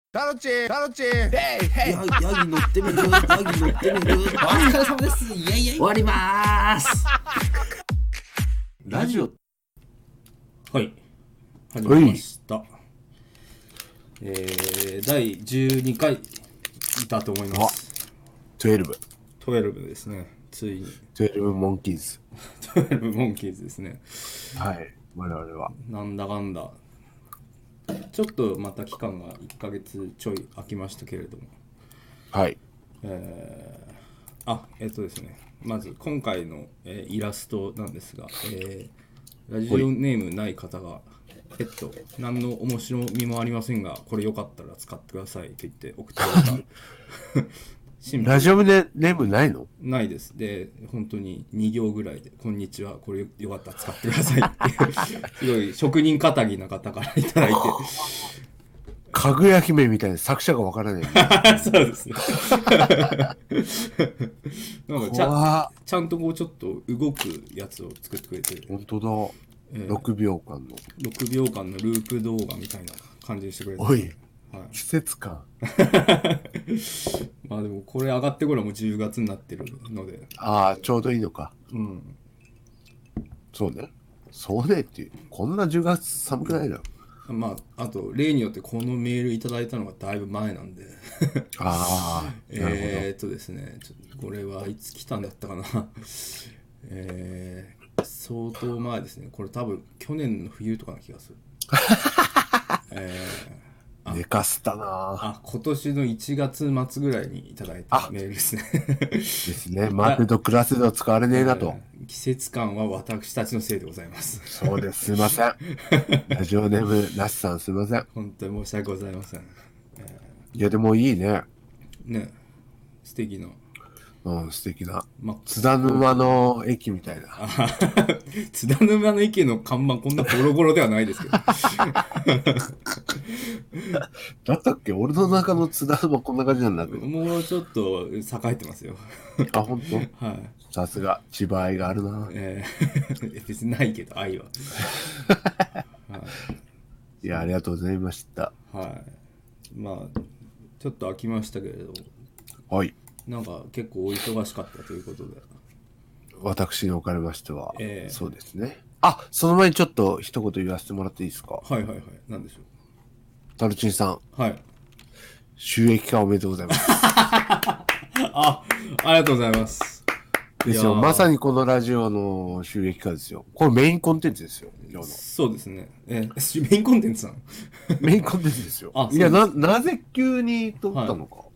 タロチヘイヘイヤギ乗ってみる。お疲れ様です。イエイイエイ。終わりまーす。ラジオ。はい。始まりました。第12回いたと思います。12ですね。ついに。 12モンキーズ。 12モンキーズですね。 はい。我々は。 なんだかんだ。ちょっとまた期間が1ヶ月ちょい空きましたけれども。 はい。 ですね。まず今回の、イラストなんですが、ラジオネームない方が、何の面白みもありませんが、これよかったら使ってくださいと言って送ってくれた。 ラジオネームないの？ ないです。で、本当に2行ぐらいで、こんにちは、これよかったら使ってくださいっていう、すごい職人かたぎな方からいただいて。 かぐや姫みたいな作者がわからない、 ね。そうですね。なんかちゃんとこうちょっと動くやつを作ってくれてる。 本当だ。6秒間のループ動画みたいな感じにしてくれてる。 おい、はい、季節感。 まあでもこれ上がってこれもう10月になってるので。 ああ、ちょうどいいのか。 うん。 そうねっていう。こんな10月寒くないだろ。 まあ、あと例によってこのメールいただいたのがだいぶ前なんでああですね、これはいつ来たんだったかな相当前ですね。これ多分去年の冬とかの気がする寝かせたな。 今年の1月末ぐらいにいただいたメールですねですね。待てど暮らせど使われねえなと。 季節感は私たちのせいでございます。 そうです。すいません。ラジオネームなしさんすいません。 本当に申し訳ございません。 いやでもいいね。 ね、素敵な。 素敵な。津田沼の駅みたいな。 津田沼の駅の看板こんなボロボロではないですけど。 だったっけ？俺の中の津田沼こんな感じなんだけど。 もうちょっと栄えてますよ。 あ、本当？ はい。 さすが千葉愛があるな。 別にないけど愛は。 はい、いやありがとうございました。 はい。まあちょっと飽きましたけれど。 はい。 なんか結構お忙しかったということで。 私におかれましては、そうですね。あ、その前にちょっと一言言わせてもらっていいですか？ はいはいはい。なんでしょう。 タルチンさん。 はい。 収益化おめでとうございます。 ありがとうございます。 ですよ。まさにこのラジオの収益化ですよ。これメインコンテンツですよ。今日の。 そうですね。メインコンテンツなの？ メインコンテンツですよ。いや、なぜ急に撮ったのか。はい、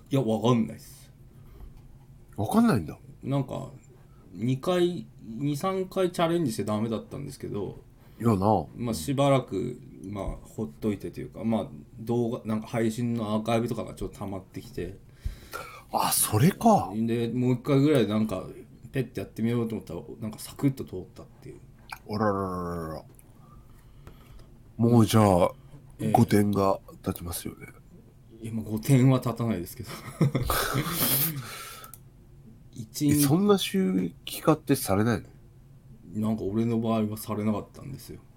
いや、わかんないです。 わかんないんだ。 なんか、2、3回チャレンジしてダメだったんですけど、 いやな。 まあしばらく、まあほっといてというか、まあ動画、なんか配信のアーカイブとかがちょっと溜まってきて。 あ、それか。 で、もう一回ぐらいなんか、ペッてやってみようと思ったら、なんかサクッと通ったっていう。 あらららら。もうじゃあ、5点が立ちますよね。 今5点は立たないですけどそんな収益化ってされないの？なんか俺の場合はされなかったんですよ。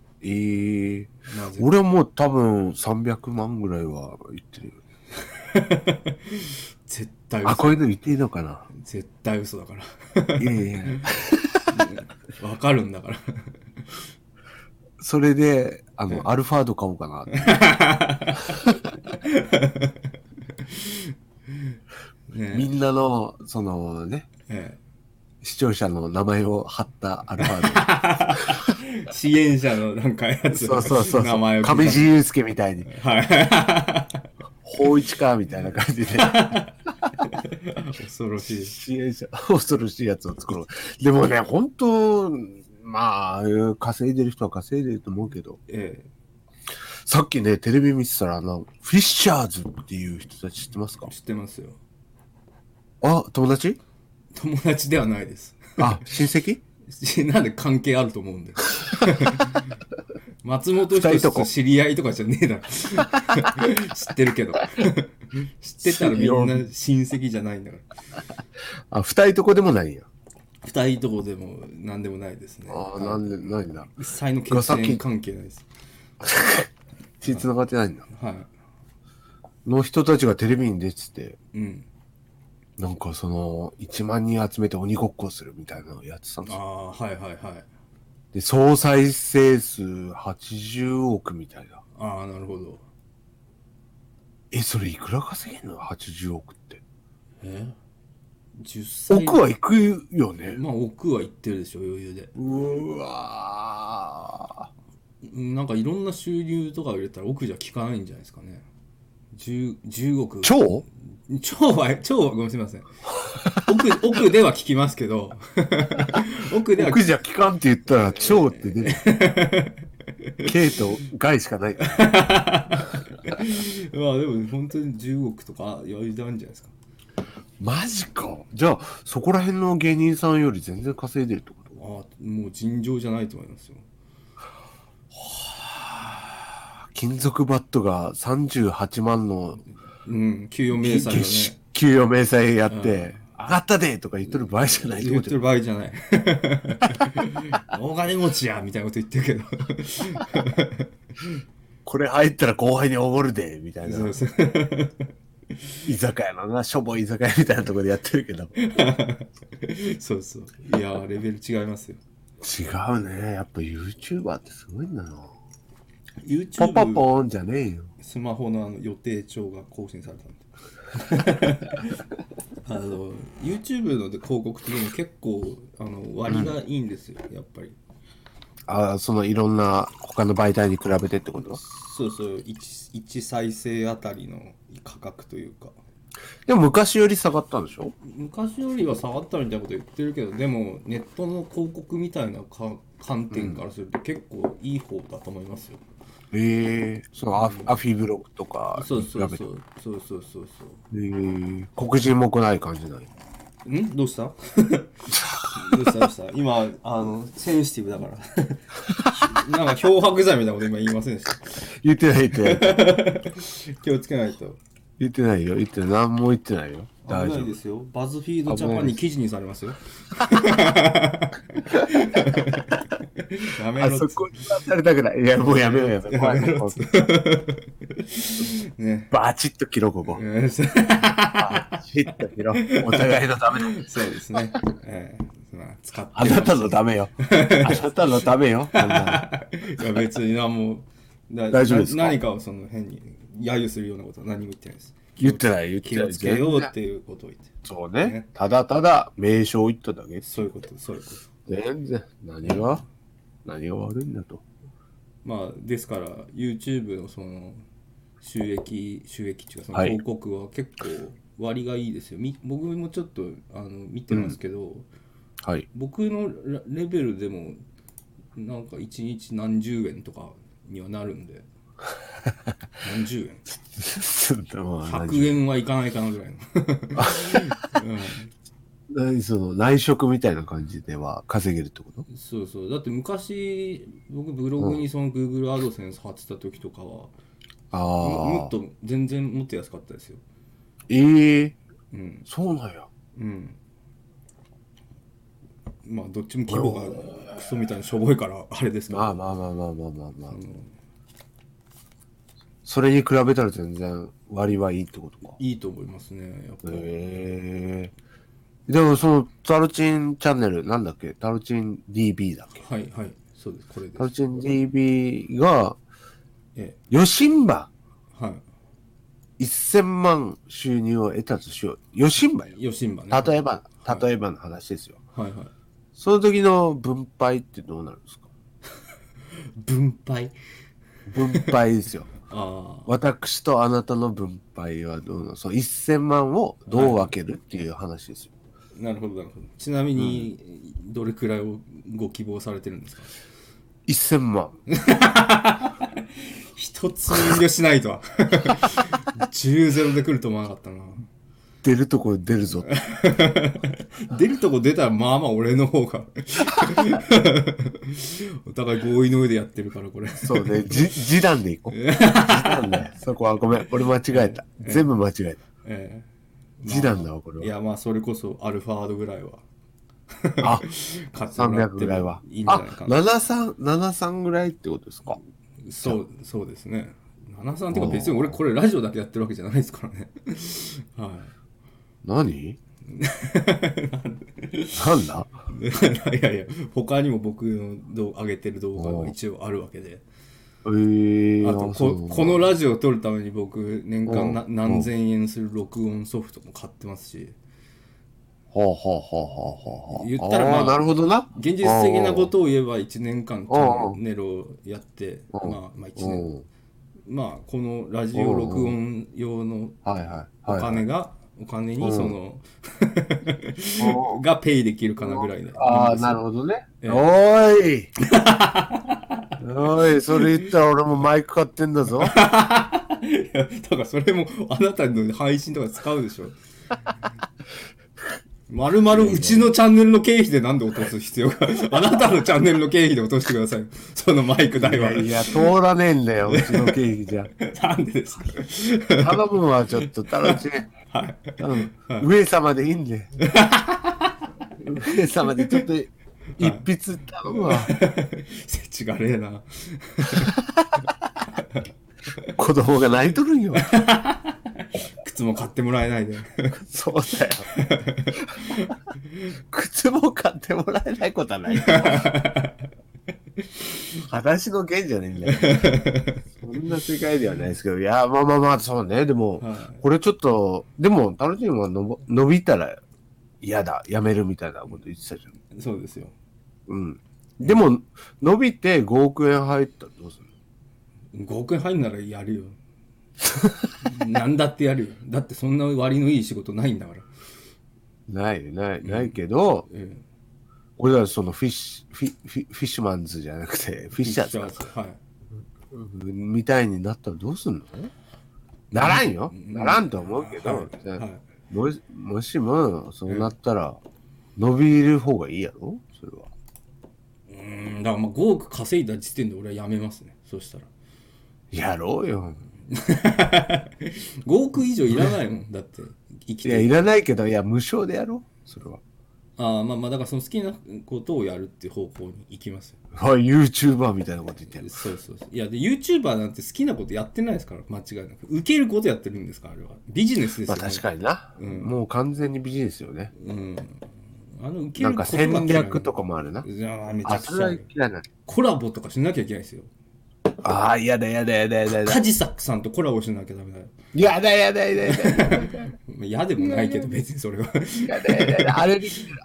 俺はもう多分300万ぐらいは言ってるよ絶対嘘。 こういうの言っていいのかな？ 絶対嘘だからいやわかるんだからそれでアルファード買おうかなみんなのそのね、視聴者の名前を貼ったアルファード支援者のなんかやつそう名前を上地雄介みたいに法一かみたいな感じで恐ろしい支援者恐ろしいやつを作ろう。でもね本当まあ稼いでる人は稼いでると思うけど、さっきねテレビ見てたらフィッシャーズっていう人たち知ってますか？ 知ってますよ。 友達ではないです。 親戚なんで関係あると思うんだよ松本人志と知り合いとかじゃねえだろ知ってるけど知ってたらみんな親戚じゃないんだから二人とこでもないんや。 二人とこでも何でもないですね。 なんでないんだ。 一切の血縁関係ないです。 血繋がってないんだ。 はい。 の人たちがテレビに出てて、 うん。 なんかその、1万人集めて鬼ごっこするみたいなのをやってたんですよ。 ああ、はいはいはい。 で、総再生数80億みたいな。 ああ、なるほど。 それいくら稼げんの ?80 億って。 10歳。 億はいくよね。 まあ、億はいってるでしょ、余裕で。 うわなんかいろんな収入とか入れたら億じゃ効かないんじゃないですかね。10億。 超超はごめんすみません。億では聞きますけど、 億じゃ効かんって言ったら超って出る。K と外しかない。 まあでも本当に10億とか余裕であるんじゃないですか。 マジか。じゃあ、そこら辺の芸人さんより全然稼いでるってこと？ もう尋常じゃないと思いますよ。 金属バットが38万の給与明細をね。 給与明細やって、上がったでとか言ってる場合じゃないってこと。 言ってる場合じゃない。大金持ちやみたいなこと言ってるけど。 これ入ったら後輩におごるでみたいな。 そうそう。 居酒屋のな、しょぼい居酒屋みたいなところでやってるけど。 そうそう。いやレベル違いますよ。 違うね。やっぱ YouTuber ってすごいんだな。 YouTube ポポポーンじゃねえよ。 スマホの予定帳が更新されたんで。YouTube の広告ってでも結構割がいいんですよ、やっぱり。 そのいろんな他の媒体に比べてってこと？ そうそう、1再生あたりの価格というか。 でも昔より下がったんでしょ？ 昔よりは下がったみたいなこと言ってるけど、でもネットの広告みたいな観点からすると結構いい方だと思いますよ。 そのアフィブログとかそうに比べて。 そうそう。 黒人も来ない感じない？ どうしたどうした今センシティブだからなんか漂白剤みたいなこと今言いませんでした？ 言ってない気をつけないと。 言ってないよ。何も言ってないよ。 危ないですよ。バズフィードジャパンに記事にされますよ。やめろっつ。 そこにされたくない。いや、もうやめろやめろ。 ね。 バチッと切ろう、ここ。バチッと切ろう。お互いのためだ。 そうですね。使ってあなたのためよ。あなたのためよ。 いや、別に大丈夫ですか？ 何かをその変に揶揄するようなことは何も言ってないです。 言ってない。 気をつけようっていうことを言って。 そうね。ただただ名称を言っただけ。 そういうこと。 全然。何が悪いんだと。 まあ、ですから、YouTube のその収益っていうか、その広告は結構割がいいですよ。僕もちょっと見てますけど、 はい。 僕のレベルでも、なんか1日何十円とかにはなるんで。何十円100円はいかないかなぐらいの、その内職みたいな感じでは稼げるってこと？ そうだって昔僕ブログにその Google アドセンス貼ってた時とかは、もっと全然もっと安かったですよ。 そうなんや。 まあどっちも規模がクソみたいにしょぼいからあれですけど、 まあそれに比べたら全然割はいいってことか。 いいと思いますね、やっぱり。 でもそのタルチンチャンネルなんだっけ？タルチン DB だっけ？ はいそうです。これです。 タルチン DB がヨシンバ1000万収入を得たとしよう。ヨシンバよ。 ヨシンバね。 例えばの話ですよ。 はい。 その時の分配ってどうなるんですか？ 分配ですよ。私とあなたの分配はどうなの？そう、1000万をどう分けるっていう話ですよ。 なるほど。ちなみに、どれくらいをご希望されてるんですか ？1000万。 一つも遠慮しないとは。10-0で来ると思わなかったな。 出るとこ出るぞ。 出るとこ出たらまあ俺の方が。お互い合意の上でやってるからこれ。 そうね。示談でいこう。示談ね。そこはごめん。俺間違えた。全部間違えた。示談だわ、これは。 いや、まあそれこそアルファードぐらいは。 300ぐらいは。 いいんじゃないかな。 73ぐらいってことですか？ そうですね。 花さんっていうか別に俺これラジオだけやってるわけじゃないですからね。はい。 何なんだいやいや、他にも僕の上げてる動画が一応あるわけで。あとこのラジオを撮るために僕年間何千円する録音ソフトも買ってますし。言ったらなるほどな。 現実的なことを言えば1年間チャンネルをやってまあ1年まあこのラジオ録音用のお金にそのがペイできるかなぐらいで。 ああ、なるほどね。おいおい、それ言ったら俺もマイク買ってんだぞ。いや、だからそれもあなたの配信とか使うでしょ。まるまるうちのチャンネルの経費でなんで落とす必要があなたのチャンネルの経費で落としてください。そのマイク代は。 いや、通らねえんだよ、うちの経費じゃ。 なんでですか。 頼むわ、ちょっと、楽しい。はい、上様でいいんで。上様でちょっと、一筆頼むわ。 せちがれえな。 子供が泣いとるんよ。 靴も買ってもらえないで。 そうだよ。靴も買ってもらえないことはない。裸足の弦じゃねえんだよ。そんな世界ではないですけど、いや、まあ、そうね。でも、これちょっと、でも、タロチンは伸びたら嫌だ、やめるみたいなこと言ってたじゃん。 そうですよ。 うん。でも、伸びて5億円入ったらどうするの？ 5 億円入んならやるよ。なんだってやるよ。だってそんな割のいい仕事ないんだから。 ないけど、俺らそのフィッシュマンズじゃなくて、フィッシャーズか。はい。みたいになったらどうすんの？ならんよ。ならんと思うけど、もしもそうなったら、伸びる方がいいやろ？それは。 だからまあ5億稼いだ時点で俺はやめますね。そうしたら。 やろうよ。 5億以上いらないもん。だって生きて。いや、いらないけど、いや、無償でやろう。それは。 まあだからその好きなことをやるっていう方向に行きますよ。 はい、YouTuber みたいなこと言ってる。 そう。いや、で、YouTuber なんて好きなことやってないですから、間違いなく。受けることやってるんですから、あれは。ビジネスですよね。 まあ確かにな。もう完全にビジネスよね。 受けることがなんか戦略とかもあるな。 いや、めちゃくちゃ。 嫌いな。 コラボとかしなきゃいけないですよ。 ああ、やだ。 カジサックさんとコラボしなきゃダメだよ。 やだ。 嫌でもないけど、別にそれは。 やだ。アレルギ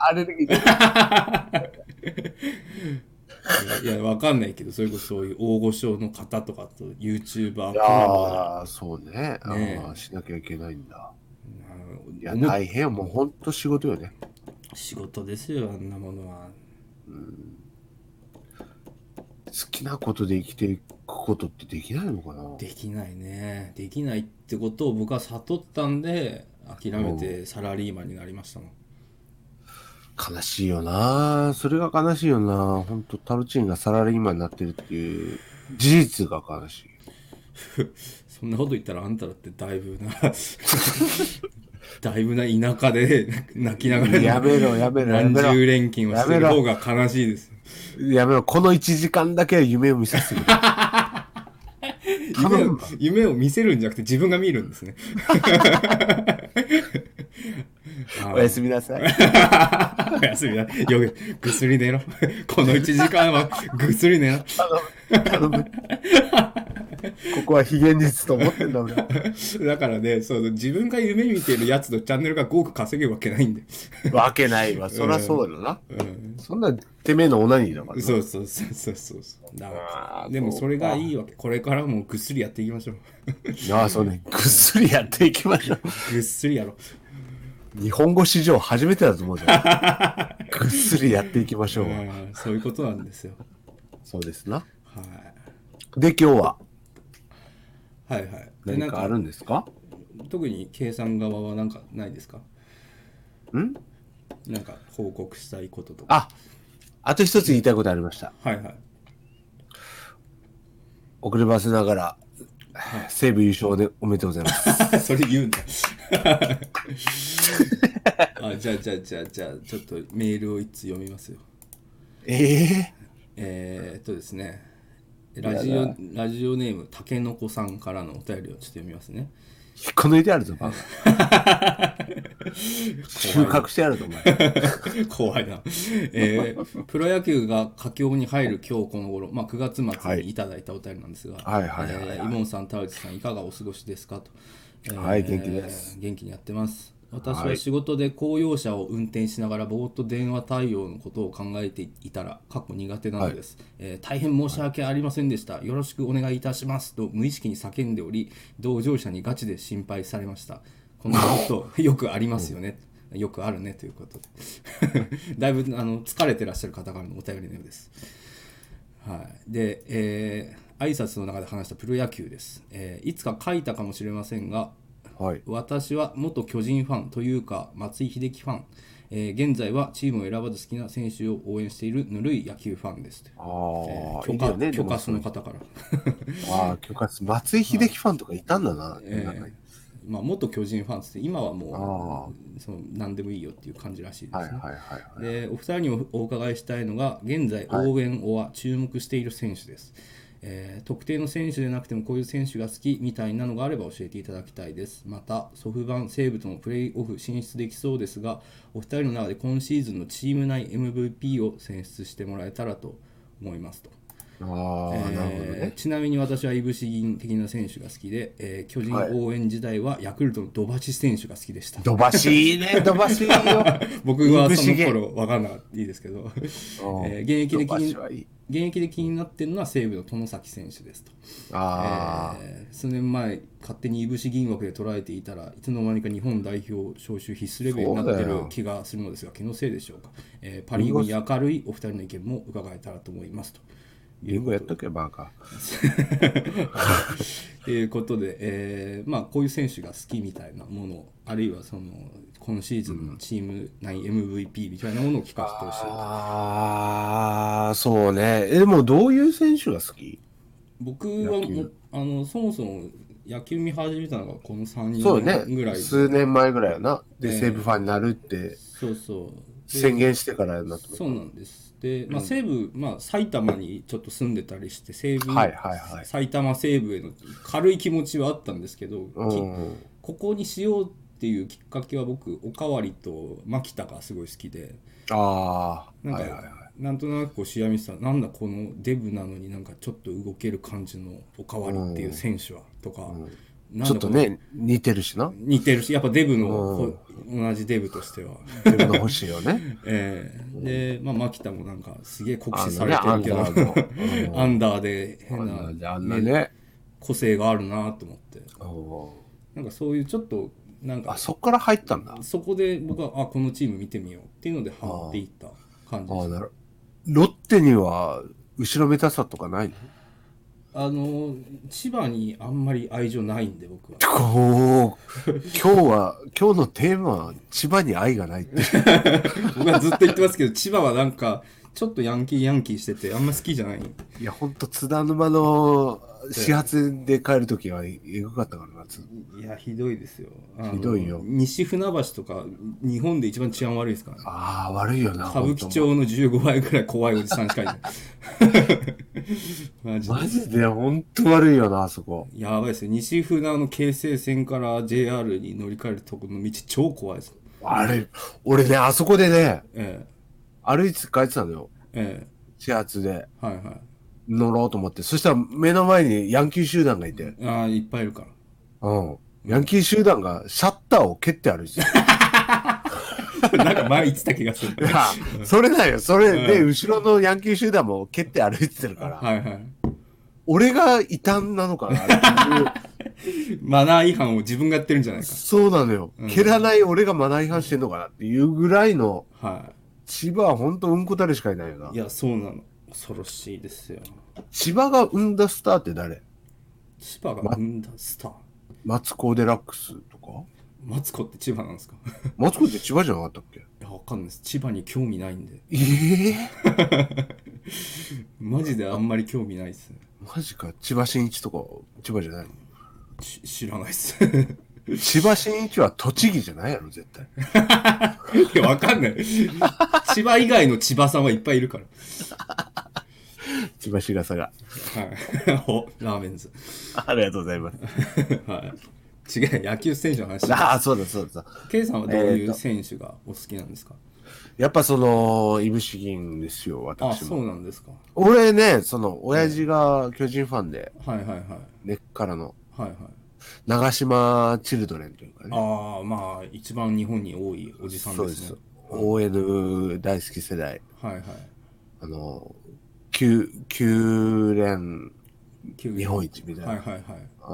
ー。 いや、わかんないけど、それこそそういう大御所の方とかと YouTuber コラボああ、そうね。しなきゃいけないんだ。いや、大変よ。もうほんと仕事よね。 仕事ですよ、あんなものは。 好きなことで生きていくことってできないのかな？ できないね。できないってことを僕は悟ったんで、諦めてサラリーマンになりましたもん。 悲しいよな。それが悲しいよな。ほんとタルチンがサラリーマンになってるっていう事実が悲しい。 そんなこと言ったらあんただってだいぶな田舎で泣きながらやめろ何十連勤をしてる方が悲しいです。 やめろ、この1時間だけは夢を見させてくれ。 夢を見せるんじゃなくて自分が見るんですね。 おやすみなさい。 おやすみなさい。ぐっすり寝ろ。この1時間はぐっすり寝ろ。 頼む。ここは非現実と思ってんだ俺。 だからね、自分が夢見てるやつのチャンネルが5億稼げるわけないんで。 わけないわ。そりゃそうだな。そんなてめえのオナニーだから。 そう。だからでもそれがいいわけ。これからもぐっすりやっていきましょう。 ああ、そうね。ぐっすりやっていきましょう。 ぐっすりやろう。 日本語史上初めてだと思うじゃん。ぐっすりやっていきましょう。 そういうことなんですよ。 そうですな。 はい。 で、今日ははい何かあるんですか？ 特に計算側は何かないですか？なんか報告したいこととか。 あと一つ言いたいことありました。 はい。 遅ればせながら、西武優勝でおめでとうございます。 それ言うんだ。じゃあちょっとメールを一通読みますよ。 ですね、 ラジオネームたけのこさんからのお便りをちょっと読みますね。 引っこ抜いてあるぞバカ収穫してあるぞお前怖いな、プロ野球が佳境に入る今日この頃、9月末にいただいたお便りなんですが、イモンさん田内さんいかがお過ごしですかと。 はい、元気です。 元気にやってます。私は仕事で公用車を運転しながらぼーっと電話対応のことを考えていたら苦手なのです、大変申し訳ありませんでした、よろしくお願いいたしますと無意識に叫んでおり、同乗者にガチで心配されました。このことよくありますよねよくあるねということでだいぶ疲れてらっしゃる方からのお便りのようです。で、挨拶の中で話したプロ野球です、いつか書いたかもしれませんが、私は元巨人ファンというか松井秀喜ファン、現在はチームを選ばず好きな選手を応援しているぬるい野球ファンです。許可の方から許可松井秀喜ファンとかいたんだな、 元巨人ファンって今はもう何でもいいよっていう感じらしいですね。で、お二人にお伺いしたいのが現在応援は注目している選手です。特定の選手でなくてもこういう選手が好きみたいなのがあれば教えていただきたいです。またソフバン西武とのプレーオフ進出できそうですが、お二人の中で今シーズンのチーム内 MVP を選出してもらえたらと思いますと。 なるほどね。 ちなみに私はいぶし銀的な選手が好きで、巨人応援時代はヤクルトの土橋選手が好きでした。 土橋いいね、土橋いいよ僕はその頃分かんなかったいいですけど現役で気になっているのは西武の外崎選手ですと。数年前勝手にいぶし銀枠で捉えていたらいつの間にか日本代表招集必須レベルになっている気がするのですが気のせいでしょうか。パリーグに明るいお二人の意見も伺えたらと思いますと。 リンゴやっとけバカということで、こういう選手が好きみたいなもの、あるいは今シーズンのチーム内 MVP みたいなものを聞かせてほしい。 そうね。でもどういう選手が好き？ 僕はそもそも野球見始めたのがこの3、4年ぐらい、 数年前ぐらいやな。で、西武ファンになるって宣言してからやなと。 そうなんです。で西武、埼玉にちょっと住んでたりして埼玉西武への軽い気持ちはあったんですけど、ここにしようっていうきっかけは僕おかわりと牧田がすごい好きで、なんとなく試合見てたらなんだこのデブなのになんかちょっと動ける感じのおかわりっていう選手はとか、 ちょっとね似てるしやっぱデブの、同じデブとしてはデブの欲しいよねで牧田もなんかすげえ酷使されてるけどアンダーで変な、個性があるなと思って、なんかそういうちょっとなんかそこから入ったんだ。 そこで僕はこのチーム見てみようっていうのでハマっていった感じです。 ロッテには後ろめたさとかないの？ 千葉にあんまり愛情ないんで僕は。 今日のテーマは千葉に愛がないって僕はずっと言ってますけど千葉はなんかちょっとヤンキーしててあんま好きじゃない。 いやほんと津田沼の始発で帰るときはエグかったからな。 いやひどいですよ。 ひどいよ。 西船橋とか日本で一番治安悪いですからね。 悪いよな。 歌舞伎町の15倍ぐらい怖いおじさんしかいないマジでほんと悪いよなあそこ。 やばいですよ。西船の京成線から JR に乗り換えるとこの道超怖いです。 俺ねあそこでね、歩いて帰ってたのよ。始発で。乗ろうと思って。そしたら目の前にヤンキー集団がいて。 いっぱいいるから。 ヤンキー集団がシャッターを蹴って歩いてた。 なんか前言ってた気がする。 それだよ。それで、後ろのヤンキー集団も蹴って歩いてるから。俺が異端なのかなマナー違反を自分がやってるんじゃないか。 そうなのよ。蹴らない俺がマナー違反してんのかなっていうぐらいの。千葉はほんとうんこたれしかいないよな。 いや、そうなの。恐ろしいですよ。 千葉が生んだスターって誰？ 千葉が生んだスター？ マツコ・デラックスとか？ マツコって千葉なんですか？ マツコって千葉じゃなかったっけ？いや、わかんないです。千葉に興味ないんで。マジであんまり興味ないっすね。 マジか。千葉真一とか千葉じゃないの？ 知らないっす。 千葉真一は栃木じゃないやろ絶対。 いやわかんない。千葉以外の千葉さんはいっぱいいるから。 千葉市笠が。 はい。お、ラーメンズ。 ありがとうございます。 はい。違う、野球選手の話。 ああ、そうだそうだ。 ケイさんはどういう選手がお好きなんですか？ やっぱその、いぶし銀ですよ、私も。 あ、そうなんですか。 俺ね、その、親父が巨人ファンで、 はいはいはい。 根っからの、 はいはい。 長島チルドレンというかね。 ああ、まあ、一番日本に多いおじさんですね。 そうです。ON 大好き世代。 はいはい。 9連日本一みたいな。 はいはいはい。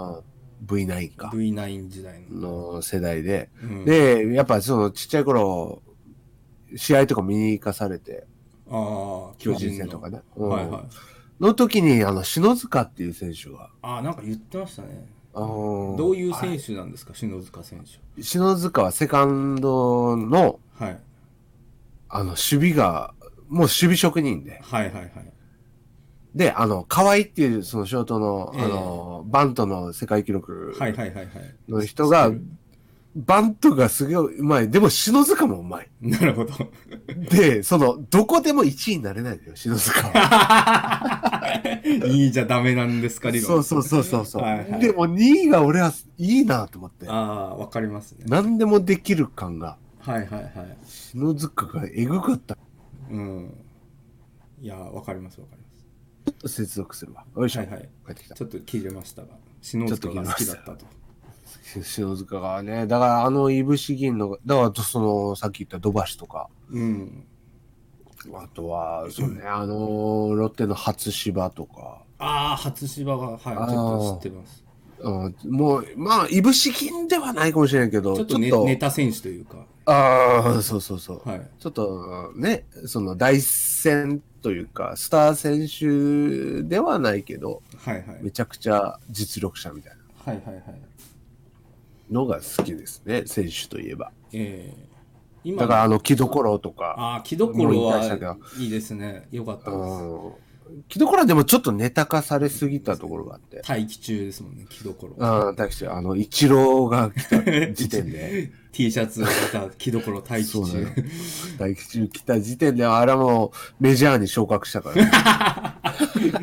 V9 か。 V9 時代の世代で、で、やっぱそのちっちゃい頃、試合とか見に行かされて、巨人戦とかね。はいはい。の時に、篠塚っていう選手が。 なんか言ってましたね。どういう選手なんですか、篠塚選手。 篠塚はセカンドの、 はい。 守備が、もう守備職人で。 はいはいはい。 で、河合っていう、そのショートの、バントの世界記録の人が、バントがすげえうまい。でも、篠塚もうまい。 なるほど。 で、どこでも1位になれないのよ、篠塚は。 いいじゃダメなんですか、理論。そう。はいはい、でも、2位が俺はいいなと思って。 わかりますね。 何でもできる感が。 はいはいはい。 篠塚がエグかった。 いや、わかりますわかります。 ちょっと接続するわ。よいしょ。 はいはい。帰ってきた。ちょっと切れましたが、篠塚が好きだったと。 篠塚がね、だからいぶし銀の、だからさっき言った土橋とか。あとは、そうね、ロッテの初芝とか。 初芝が、はい、ちょっと知ってます。 もう、まあ、いぶし銀ではないかもしれないけど、 ちょっとネタ選手というか。 そう。 はい。 ちょっとね、その第一線というか、スター選手ではないけど、 はいはい。 めちゃくちゃ実力者みたいな。 はいはいはい。 のが好きですね、選手といえば。 今だから木所とか。 木所はいいですね。よかったです。 木所はでもちょっとネタ化されすぎたところがあって。 待機中ですもんね、木所。 待機中。イチローが来た時点で。 T シャツを着た木所待機中。 待機中来た時点で、あれはもうメジャーに昇格したから、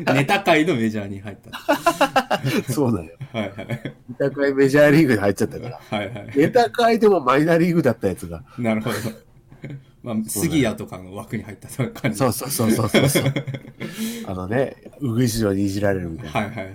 ね。ネタ界のメジャーに入った。 そうだよ。 はいはい。 ネタ界メジャーリーグに入っちゃったから。 はいはい。 ネタ界でもマイナーリーグだったやつが。 なるほど。まあ、杉谷とかの枠に入った感じ。 そう。うぐいす嬢にいじられるみたいな。 はいはいはい。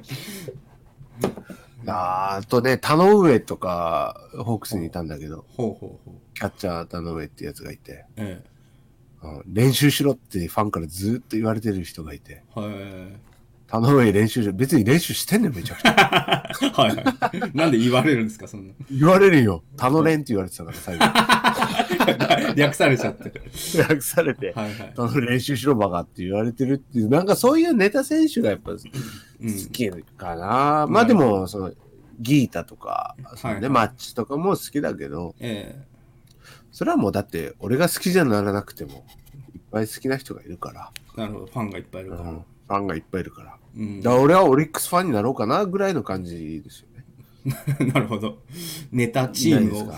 あとね、田上とか、ホークスにいたんだけど、キャッチャー田上ってやつがいて、練習しろってファンからずっと言われてる人がいて、田上練習しろ、別に練習してんねん、めちゃくちゃ。 はいはい。なんで言われるんですか、そんな。 言われるよ。田野練って言われてたから、最後。 略されちゃって。 略されて、田野練習しろバカって言われてるっていう、なんかそういうネタ選手がやっぱ好きかな。まあでも、ギータとか、マッチとかも好きだけど、それはもうだって、俺が好きじゃならなくても、いっぱい好きな人がいるから。 なるほど、ファンがいっぱいいるから。 ファンがいっぱいいるから。だから俺はオリックスファンになろうかなぐらいの感じですよね。なるほど。ネタチームを。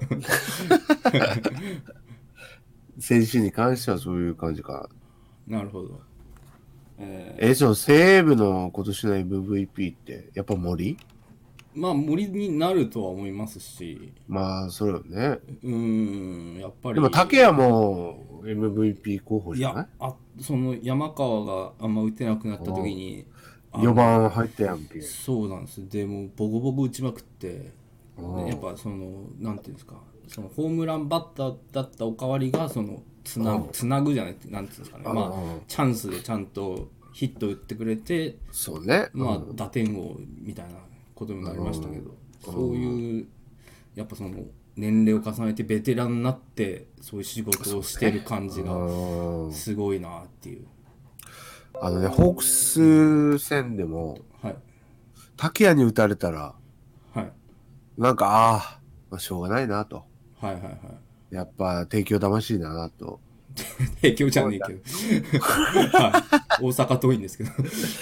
選手に関してはそういう感じか。 なるほど。 その西武の今年の MVP ってやっぱ森？ まあ森になるとは思いますし。 まあそうよね。 やっぱり。 でも竹谷も MVP 候補じゃない？ いや、その山川があんま打てなくなった時に 4番入ったやんけ。 そうなんです。でもボコボコ打ちまくって、やっぱなんていうんですか、そのホームランバッターだったおかわりがつなぐじゃないって、なんていうんですかね、まあチャンスでちゃんとヒット打ってくれて、 そうね、 まあ打点王みたいなことになりましたけど、そういうやっぱ年齢を重ねてベテランになってそういう仕事をしてる感じがすごいなっていう。 ホークス戦でも、竹谷に打たれたら、なんかしょうがないなと。やっぱ帝京魂だなと。 帝京じゃねえけど、大阪遠いんですけど。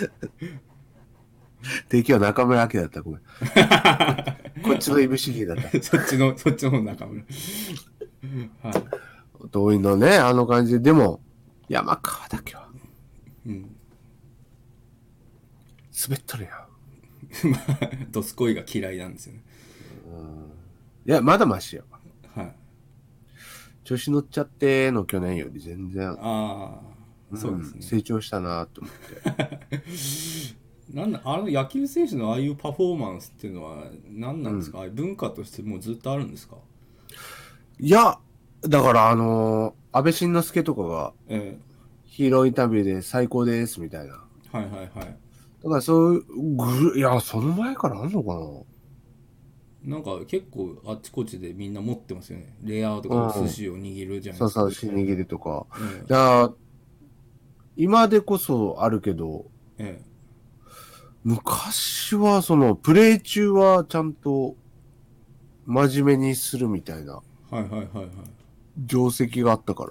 帝京は中村晃だった、ごめん。こっちのいぶし銀だった。 そっちの中村。 遠いのね、あの感じで。でも、山川だけは。 滑っとるやん。 ドスコイが嫌いなんですよね。 いや、まだマシやわ。 はい。 調子乗っちゃっての去年より全然、 ああ、そうですね。 成長したなと思って。 野球選手のああいうパフォーマンスっていうのは何なんですか、ああいう文化としてもうずっとあるんですか？ いや、だから安倍晋之助とかが、ヒーローインタビューで最高ですみたいな。 はいはいはい。 だからそういう、いや、その前からあんのかな。 なんか結構あっちこっちでみんな持ってますよね。レアとか寿司を握るじゃないですか。 そうそう、握りとか。だから今でこそあるけど、昔はプレイ中はちゃんと真面目にするみたいな。 はいはいはいはい。 定石があったから。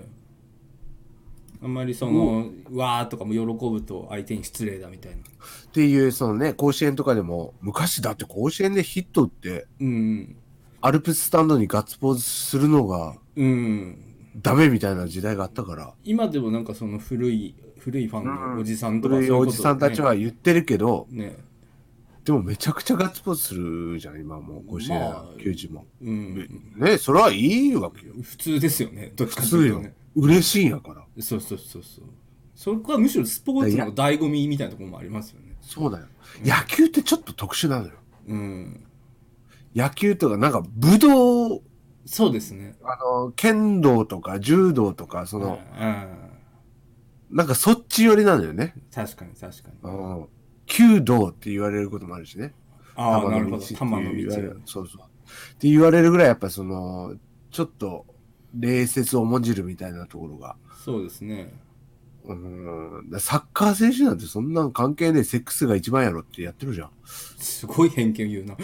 あんまりわーとかも喜ぶと相手に失礼だみたいな。 っていう、甲子園とかでも、昔だって甲子園でヒット打って、アルプススタンドにガッツポーズするのが、ダメみたいな時代があったから。 今でもなんか古いファンのおじさんとか古いおじさんたちは言ってるけど、 ね。 でもめちゃくちゃガッツポーズするじゃん、今もう甲子園球児も。ね、それはいいわけよ。 普通ですよね。どっちかというとね。 普通よ。嬉しいんやから。 そう。そこはむしろスポーツの醍醐味みたいなところもありますよね。 そうだよ。野球ってちょっと特殊なのよ。野球とかなんか武道、 そうですね。 剣道とか柔道とかなんかそっち寄りなのよね。 確かに。 弓道って言われることもあるしね。 ああ、なるほど。玉の道。 そう。って言われるぐらいやっぱちょっと礼節を重んじるみたいなところが。 そうですね。 サッカー選手なんてそんなん関係ねえ、セックスが一番やろってやってるじゃん。 すごい偏見言うな。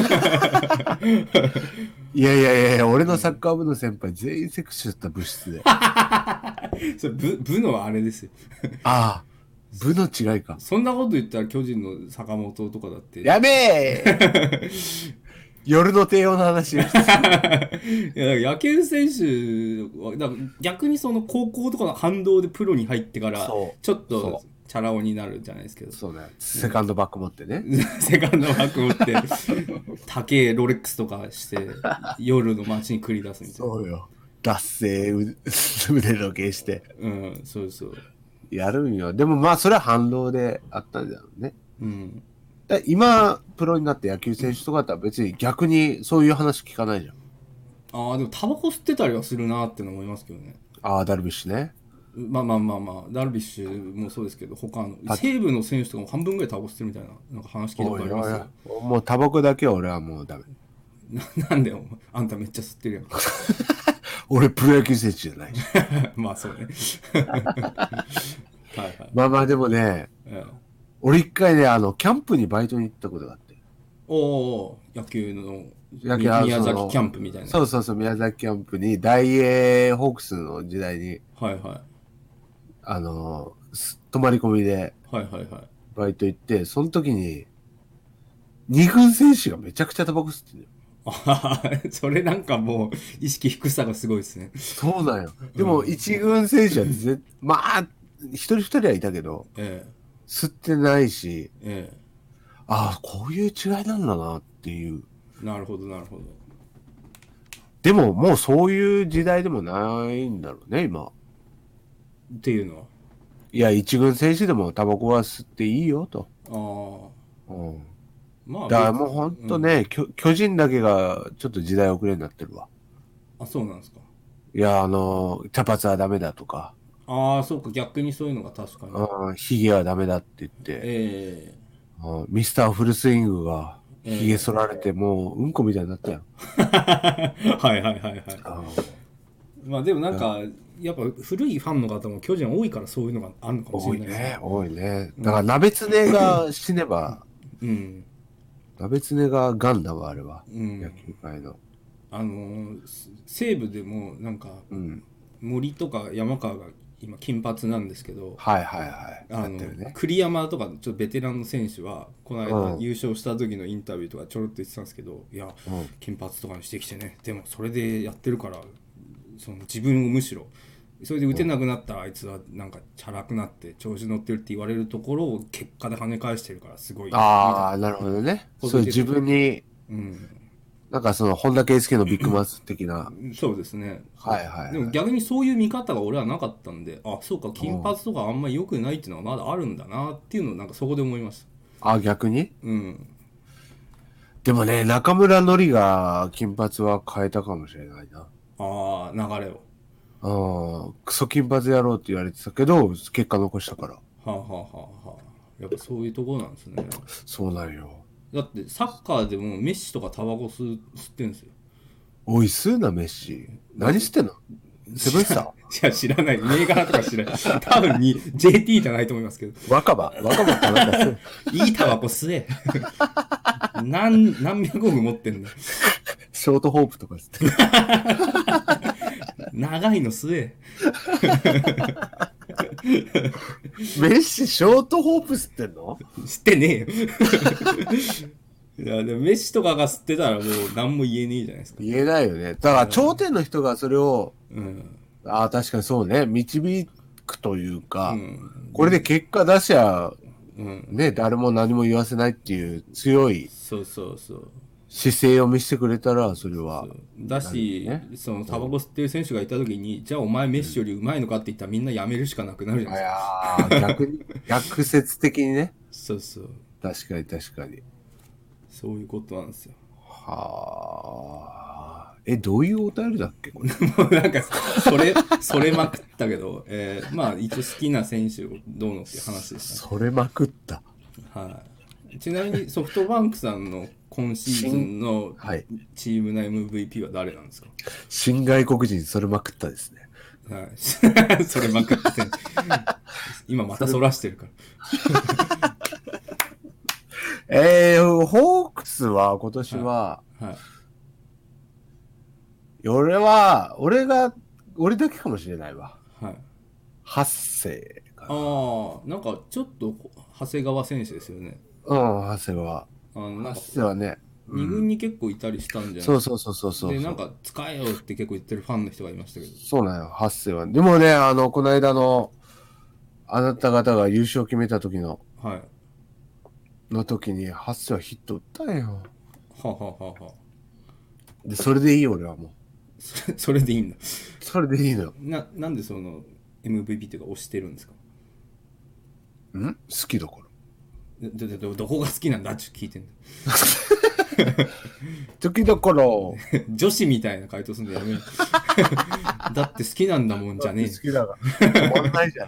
いや、俺のサッカー部の先輩全員セックスだった部室で。 それ部のあれですよ。 ああ、部の違いか。 そんなこと言ったら巨人の坂本とかだって。 やべえ夜の帝王の話をしていや野球選手は逆に高校とかの反動でプロに入ってからちょっとチャラ男になるじゃないですけど、 そうね、セカンドバッグ持ってねセカンドバッグ持って高えロレックスとかして夜の街に繰り出すみたいな。 そうよ、脱製腕時計してそうやるんよ。でもまあそれは反動であったんだろうね。今プロになって野球選手とかだったら別に逆にそういう話聞かないじゃん。 ああ、でもタバコ吸ってたりはするなっての思いますけどね。 ああ、ダルビッシュね。 まあダルビッシュもそうですけど、他の西武の選手とかも半分ぐらいタバコ吸ってるみたいな、なんか話聞いたことありますよ。 もうタバコだけは俺はもうダメ。 なんであんためっちゃ吸ってるやん。 俺プロ野球選手じゃないし。 まあそうね。 まあでもね、俺一回ね、キャンプにバイトに行ったことがあって。 野球の宮崎キャンプみたいな。 そう、宮崎キャンプに、大英ホークスの時代に、泊まり込みで、バイト行って、その時に、二軍選手がめちゃくちゃタバコ吸ってるよ。 それなんかもう、意識低さがすごいですね。 そうなんよ。でも、一軍選手はまあ、一人二人はいたけど、吸ってないし、ああ、こういう違いなんだなっていう。 なるほど。 でも、もうそういう時代でもないんだろうね、今。 っていうのは。 いや、一軍選手でもタバコは吸っていいよと。まあ、だからもうほんとね、巨人だけがちょっと時代遅れになってるわ。 あ、そうなんですか。 いや、茶髪はダメだとか。 ああ、そうか、逆にそういうのが確かに。ヒゲはダメだって言って。ミスターフルスイングがヒゲ剃られてもううんこみたいになったよ。 はい。まあでもなんか、やっぱ古いファンの方も巨人多いからそういうのがあるのかもしれないですね。 多いね。だから鍋つねが死ねば、鍋つねがガンだわ、あれは。野球界の。 西武でもなんか、森とか山川が今金髪なんですけど、栗山とかちょっとベテランの選手はこの間優勝した時のインタビューとかちょろっと言ってたんですけど、いや、金髪とかにしてきてね、でもそれでやってるから自分をむしろそれで打てなくなったらあいつはなんかチャラくなって調子乗ってるって言われるところを結果で跳ね返してるからすごい。 ああ、なるほどね。そう自分に、 うん、 なんかその本田圭佑のビッグマウス的な。 そうですね。 はいはい、はい。 でも逆にそういう見方が俺はなかったんで、あ、そうか、金髪とかあんまり良くないっていうのはまだあるんだなっていうのをなんかそこで思いました。 あ、逆に？ うん。 でもね、中村のりが金髪は変えたかもしれないな。 ああ、流れを。 クソ金髪やろうって言われてたけど、結果残したから。はあはあはあはあ。やっぱそういうところなんですね。 そうなんよ。 だってサッカーでもメッシとかタバコ吸ってんですよ。 おい、吸うな、メッシ。何吸ってんの？セブンスター？ いや、知らない。銘柄とか知らない。多分に JT じゃないと思いますけど。 若葉ってなんか吸う。 いいタバコ吸え。何百億持ってんの。 ショートホープとか吸ってる。 長いの吸え。 メッシショートホープ吸ってんの？ 吸ってねえよ。いや、でもメッシとかが吸ってたらもう何も言えねえじゃないですか。 言えないよね。だから頂点の人がそれを、 うん、 ああ、確かにそうね。導くというか、これで結果出しゃ、ね、誰も何も言わせないっていう強いそうそうそう姿勢を見せてくれたら、それは。 だし、そのタバコ吸ってる選手がいた時に、じゃあお前メッシよりうまいのかって言ったらみんなやめるしかなくなるじゃないですか。 逆説的にね。 そうそう。 確かに確かに。 そういうことなんですよ。 はあ。どういうお便りだっけこれ。 もうなんか、それまくったけど、まあ一応好きな選手をどうのっていう話でした、 ね。それまくった。 はい。ちなみにソフトバンクさんの今シーズンのチームの MVP は誰なんですか？ 新外国人それまくったですね。 はい。それまくって、今またそらしてるから。 ホークスは今年は、俺だけかもしれないわ。はい。8世かな。 ああ、なんかちょっと長谷川選手ですよね。 うん、長谷川。長谷川ね。 2軍に結構いたりしたんじゃないですか。そう。 で、なんか使えよって結構言ってるファンの人がいましたけど。 そうなんよ、8世は。でもね、この間の、あなた方が優勝決めた時の、の時に、8世はヒット打ったんよ。 は。 で、それでいいよ、俺はもう。 それでいいんだ。 それでいいの。 なんでその MVP っていうか推してるんですか？ 好きだから。 どこが好きなんだって聞いてんだ。好きだから。 女子みたいな回答するのやめよ。だって好きなんだもんじゃねえ。 好きだから。止まらないじゃん。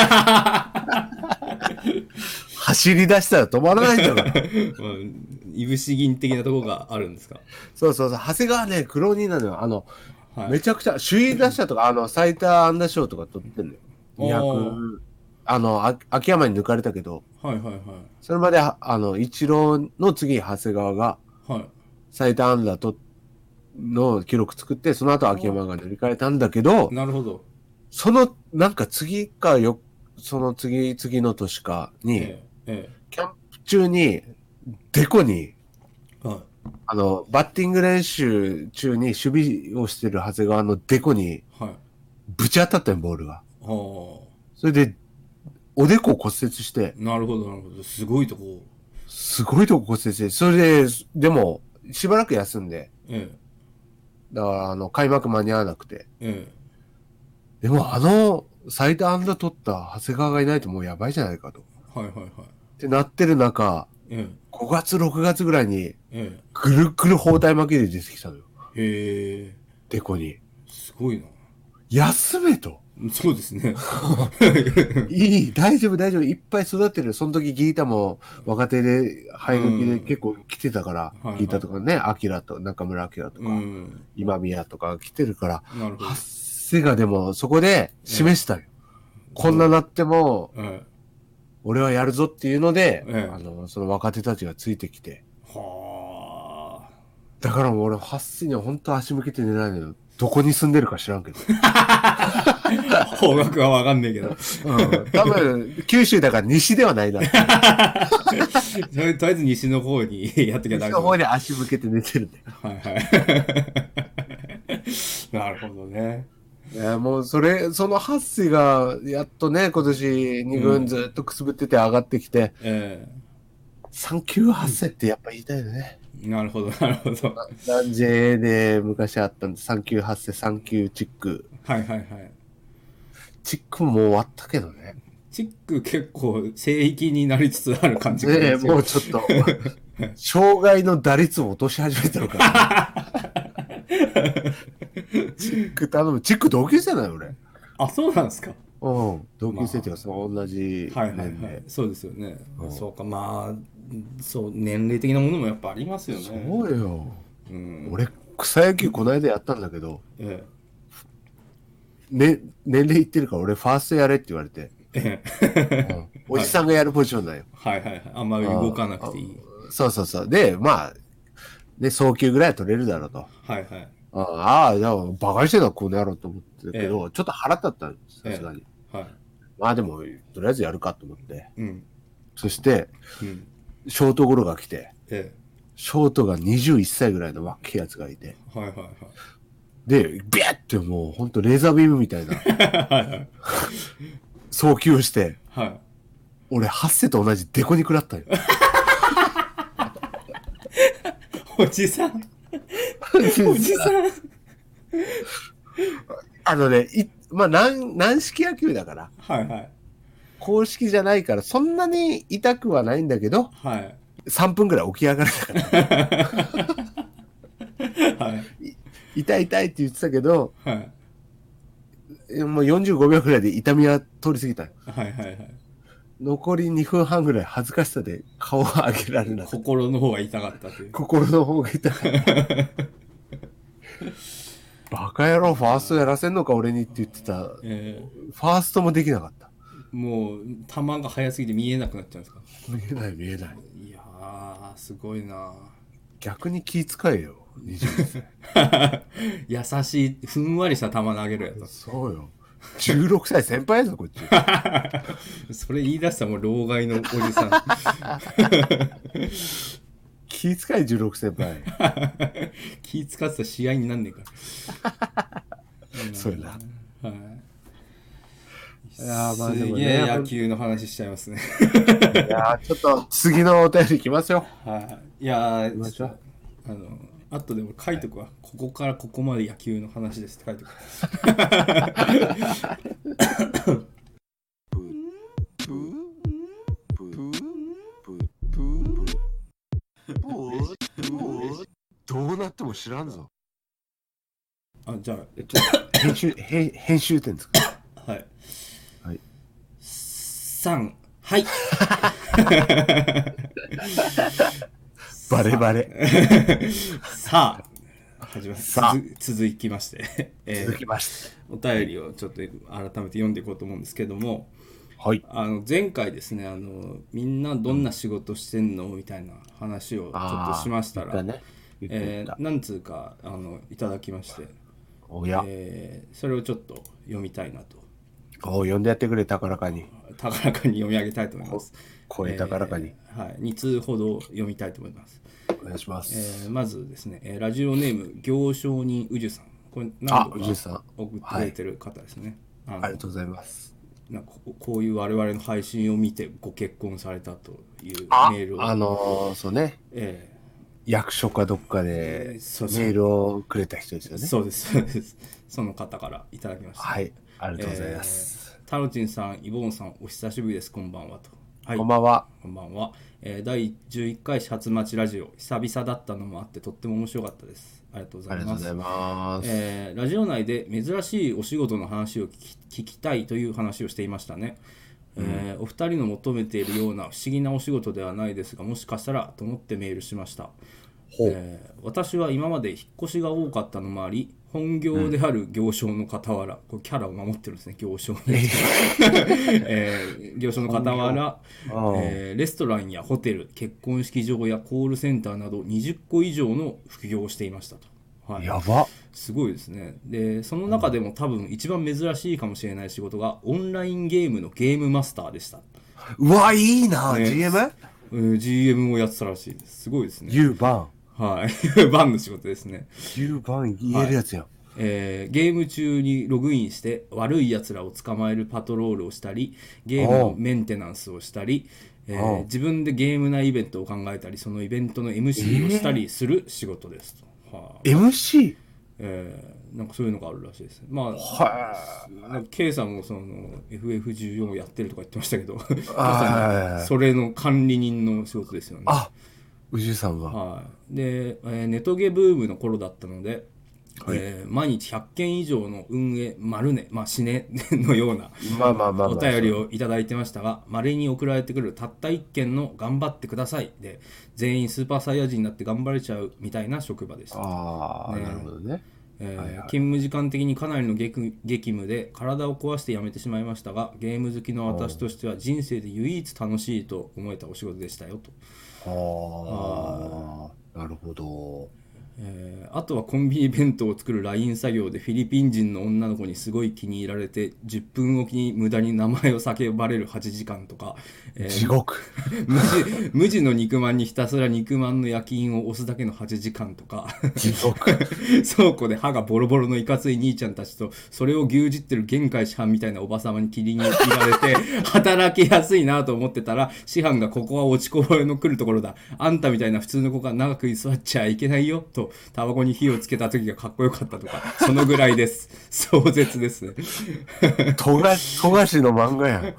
走り出したら止まらないんだから。 いぶし銀的なところがあるんですか？ そう。長谷川ね、苦労人なのよ。めちゃくちゃ、首位打者とか、最多安打賞とか取ってんのよ。200。秋山に抜かれたけど。 はい。 それまで、イチローの次、長谷川が、最多安打の記録作って、その後秋山が塗り替えたんだけど、 なるほど。 なんかその次の年かに、キャンプ中に、デコに、バッティング練習中に守備をしてる長谷川のデコに、ぶち当たったよ、ボールが。それで、おでこを骨折して。 なるほど。すごいとこ骨折して。それで、でも、しばらく休んで。だから、開幕間に合わなくて。でも、最多安打取った長谷川がいないともうやばいじゃないかと。ってなってる中、5月、6月ぐらいに、ぐるぐる包帯巻きで出てきたのよ。デコに。 すごいな。 休めと。 そうですね。 大丈夫。いっぱい育てる。その時ギータも若手で、生え抜きで結構来てたから、ギータとかね、アキラと中村アキラとか、今宮とか来てるから、発生がでもそこで示したよ。こんななっても、俺はやるぞっていうので、その若手たちがついてきて。だからもう俺、発生には本当足向けて寝ないのよ。どこに住んでるか知らんけど。 方角はわかんねえけど。 多分、九州だから西ではないな。とりあえず西の方にやってきゃ大丈夫。 西の方に足向けて寝てるんだよ。 なるほどね。 いやもうそのハッセがやっとね、今年二軍ずっとくすぶってて上がってきて、サンキューハッセってやっぱ言いたいよね。 なるほど、なるほど。 ランジェで昔あったんで、サンキューハッセ、サンキューチック。 はいはいはい。 チックももう終わったけどね。 チック結構聖域になりつつある感じがねえ、もうちょっと、障害の打率を落とし始めてるから、ね。チック頼む。チック同級生だよ、俺。 あ、そうなんですか。 うん。同級生っていうか、同じ年齢。そうですよね。そうか、まあ、そう、年齢的なものもやっぱありますよね。 そうよ。俺、草野球この間やったんだけど、年齢いってるから俺ファーストやれって言われて。おじさんがやるポジションだよ。 はいはいはい。あんまり動かなくていい。 そうそうそう。で、まあ、で、送球ぐらいは取れるだろうと。 はいはい。 ああ、じゃあ、バカにしてたこの野郎と思ってたけど、ちょっと腹立ったんです、さすがに。まあでも、とりあえずやるかと思って。そして、ショートゴロが来て、ショートが21歳ぐらいの若いやつがいて、で、ビャッてもうほんとレーザービームみたいな送球をして、俺、ハッセと同じデコに食らったよ。 おじさん。おじさん。 まあ、軟式野球だから。公式じゃないから、そんなに痛くはないんだけど、3分ぐらい起き上がれたから。痛い痛いって言ってたけど、もう45秒ぐらいで痛みは通り過ぎた。残り2分半ぐらい恥ずかしさで顔を上げられなかった。 心の方が痛かったという。 心の方が痛かった。バカ野郎ファーストやらせんのか俺にって言ってた。ファーストもできなかった。 もう球が速すぎて見えなくなっちゃうんですか。 見えない見えない。 いやーすごいな。 逆に気遣えよ。20歳。 優しいふんわりした球投げるやつ。 そうよ。16歳先輩やぞこっち。 それ言い出したらもう老害のおじさん。 気遣い16先輩。 気遣ってた試合になんねえか。 そうやな。 いやまあでもね、野球の話しちゃいますね。 いやちょっと次のお便りいきますよ。 いやあとでも書いとくわ。ここからここまで野球の話ですって書いとく。 どうなっても知らんぞ。 じゃあ編集点ですか。 はい3はいバレバレ。 さあ始まります。続きまして続きましてお便りをちょっと改めて読んでいこうと思うんですけども、前回ですねみんなどんな仕事してんのみたいな話をちょっとしましたら、何通かいただきまして、それをちょっと読みたいなと。 読んでやってくれ。高らかに読み上げたいと思います。 声高らかに、 2通ほど読みたいと思います。 お願いします。 まずですね、ラジオネーム行商人宇治さん。これ何度か送ってくれてる方ですね。 ありがとうございます。 なんかこういう我々の配信を見てご結婚されたというメールをそうね、役所かどっかでメールをくれた人ですよね。 そうですそうです。その方からいただきました。 はい、ありがとうございます。 タロチンさん、イボーンさん、お久しぶりです。こんばんはと。 こんばんは。 こんばんは。第11回始発待ちラジオ、久々だったのもあってとっても面白かったです。ありがとうございます。ラジオ内で珍しいお仕事の話を聞きたいという話をしていましたね。お二人の求めているような不思議なお仕事ではないですが、もしかしたらと思ってメールしました。私は今まで引っ越しが多かったのもあり、本業である行商の傍ら、これキャラを守ってるんですね、行商行商の傍ら、レストランやホテル、結婚式場やコールセンターなど20個以上の副業をしていましたと。 やば、 すごいですね。でその中でも多分一番珍しいかもしれない仕事がオンラインゲームのゲームマスターでした。 うわ、いいな、 GM をやってたらしいです。すごいですね。 U バンバンの仕事ですね。 U バン言えるやつやん。 ゲーム中にログインして悪いやつらを捕まえるパトロールをしたり、ゲームのメンテナンスをしたり、自分でゲーム内イベントを考えたり、そのイベントの MC をしたりする仕事ですと。 MC？ なんかそういうのがあるらしいです。まあ、なんか K さんもその FF14 をやってるとか言ってましたけど、まさにそれの管理人の仕事ですよね。 あ、宇治さんが。 はい。で、ネトゲブームの頃だったので、毎日100件以上の運営丸ね、まあ死ねのようなお便りをいただいてましたが、稀に送られてくるたった1件の頑張ってくださいで全員スーパーサイヤ人になって頑張れちゃうみたいな職場でした。 なるほどね。 勤務時間的にかなりの激務で体を壊して辞めてしまいましたが、ゲーム好きの私としては人生で唯一楽しいと思えたお仕事でしたよと。 なるほど。 あとはコンビニ弁当を作る LINE 作業でフィリピン人の女の子にすごい気に入られて10分おきに無駄に名前を叫ばれる8時間とか、 地獄無地の肉まんにひたすら肉まんの焼き印を押すだけの8時間とか地獄倉庫で歯がボロボロのいかつい兄ちゃんたちとそれを牛耳ってる限界師範みたいなおばさまに切りに入られて働きやすいなと思ってたら、師範がここは落ちこぼれの来るところだ、あんたみたいな普通の子が長く居座っちゃいけないよとタバコに火をつけた時がかっこよかったとか、そのぐらいです。壮絶ですね。 富樫の漫画やん。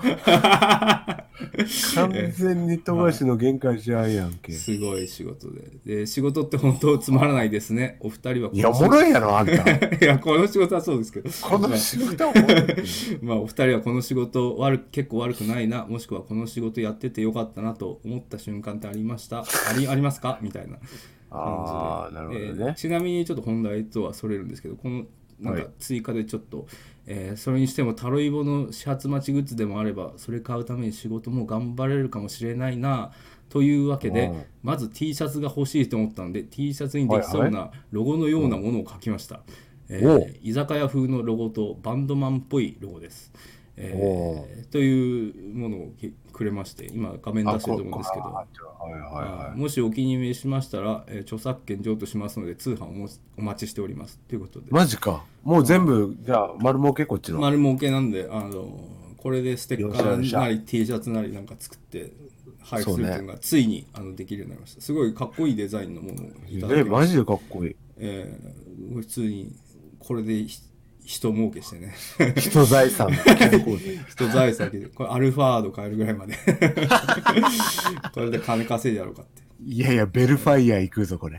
完全に富樫の限界じゃんやんけ。 すごい仕事で仕事って本当つまらないですね。お二人は。 いや、おもろいやろあんた。 いや、この仕事はそうですけど、 この仕事はおもろいまあお二人はこの仕事結構悪くないな、もしくはこの仕事やっててよかったなと思った瞬間ってありました？ありますかみたいな感じで。 なるほどね。 ちなみにちょっと本題とはそれるんですけど、このなんか追加でちょっと、それにしてもタロイボの始発待ちグッズでもあればそれ買うために仕事も頑張れるかもしれないなというわけで、まず T シャツが欲しいと思ったので T シャツにできそうなロゴのようなものを書きました。居酒屋風のロゴとバンドマンっぽいロゴです。というものをくれまして、今画面出してると思うんですけど、もしお気に召しましたら、著作権譲渡しますので通販をお待ちしておりますということで。 マジか。もう全部、じゃあ丸儲けこっちの。 丸儲けなんで、これでステッカーなり T シャツなりなんか作って配布するというのがついにできるようになりました。すごいかっこいいデザインのものをいただきました。 マジでかっこいい。 普通にこれで人儲けしてね。 人財産。 人財産で。これアルファード買えるぐらいまで。これで金稼いでやろうかって。 いやいや、ベルファイア行くぞ、これ。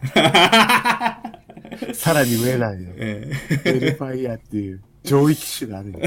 さらに上なんよ。ベルファイアっていう上位機種があるよ。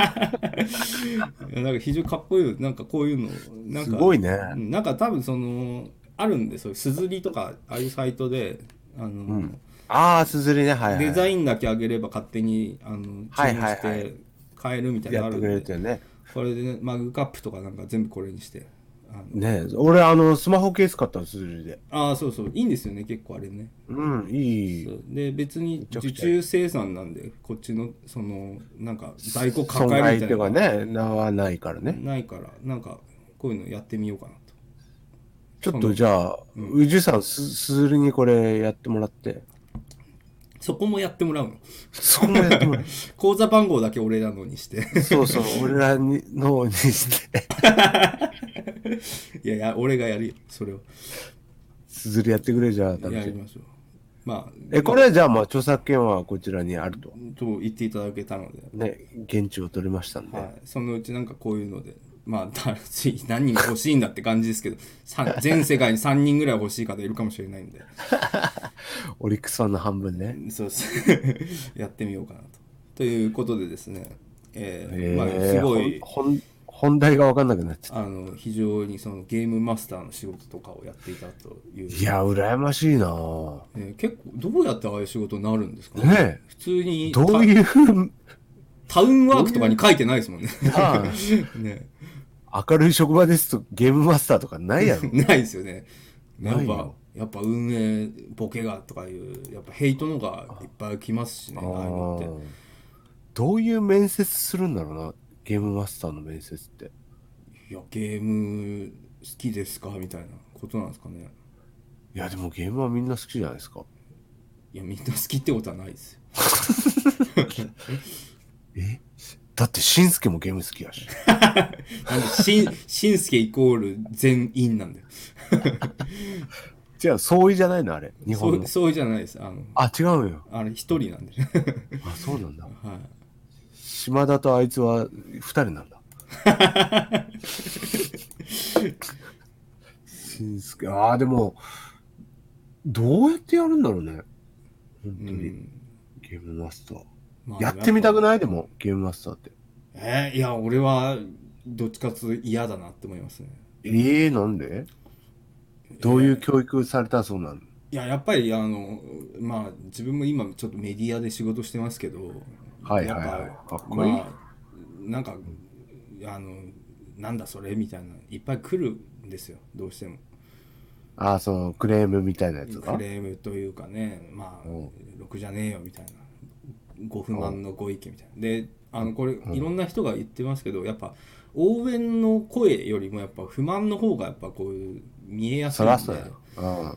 なんか非常にかっこいい。なんかこういうの。なんかすごいね。 なんか多分あるんで、そういうすずりとか、ああいうサイトで、 すずりね、はいはい。 デザインだけ上げれば勝手に注文して買えるみたいなのがあるんで、 やってくれるね。 これで、ね、マグカップとかなんか全部これにして。 ねえ、俺スマホケース買ったの、すずりで。 そうそう、いいんですよね、結構あれね。 いい。 で、別に受注生産なんで、こっちの、なんか在庫抱えるみたいな。 損害とかね、ないからね。 ないから、なんか、こういうのやってみようかなと。 ちょっとじゃあ、宇治さん、すずりにこれやってもらって。そこもやってもらうの？ そこもやってもらう。 口座番号だけ俺らのにして。 そうそう、俺らのにして。 いや、俺がやるよ、それを。 すずりやってくれ、じゃあ、 やりましょう。 これはじゃあ、著作権はこちらにあると。 と言っていただけたので。 ね、現地を取りましたんで。 そのうちなんかこういうので。何人が欲しいんだって感じですけど、全世界に3人ぐらい欲しい方いるかもしれないんで。 オリックスファンの半分ね。 そうです。やってみようかなと。ということでですね、すごい本題が分かんなくなっちゃった。 非常にゲームマスターの仕事とかをやっていたという。 いや、羨ましいな、 結構、どうやってああいう仕事になるんですかね。普通に。 どういうタウンワークとかに書いてないですもんね。 ね、明るい職場ですとゲームマスターとかないやろ。 ないですよね。やっぱ運営ボケがとかいうやっぱヘイトのがいっぱい来ますしね。 どういう面接するんだろうな、ゲームマスターの面接って。 いや、ゲーム好きですかみたいなことなんですかね。 いや、でもゲームはみんな好きじゃないですか。 いやみんな好きってことはないですよ。 だってしんすけもゲーム好きやし。 なんでしんすけイコール全員なんだよ。 じゃあ相違じゃないのあれ日本の。 そうじゃないです。 違うよ。 あれ一人なんで。 そうなんだ。 はい。 島田とあいつは二人なんだ。しんすけ、でも、どうやってやるんだろうね。本当に。ゲームマスター。やってみたくないでも、ゲームマスターって。 いや、俺は、どっちかというと嫌だなって思いますね。 なんでどういう教育されたらそうなの？ いや、やっぱり、自分も今ちょっとメディアで仕事してますけど、 はいはいはい。かっこいい。 なんか、なんだそれみたいな、いっぱい来るんですよ、どうしても。 そのクレームみたいなやつが。 クレームというかね、ろくじゃねえよみたいな、ご不満のご意見みたいな。で、これ、いろんな人が言ってますけど、やっぱ、応援の声よりもやっぱ不満の方がやっぱこういう見えやすいんで。 そらそう。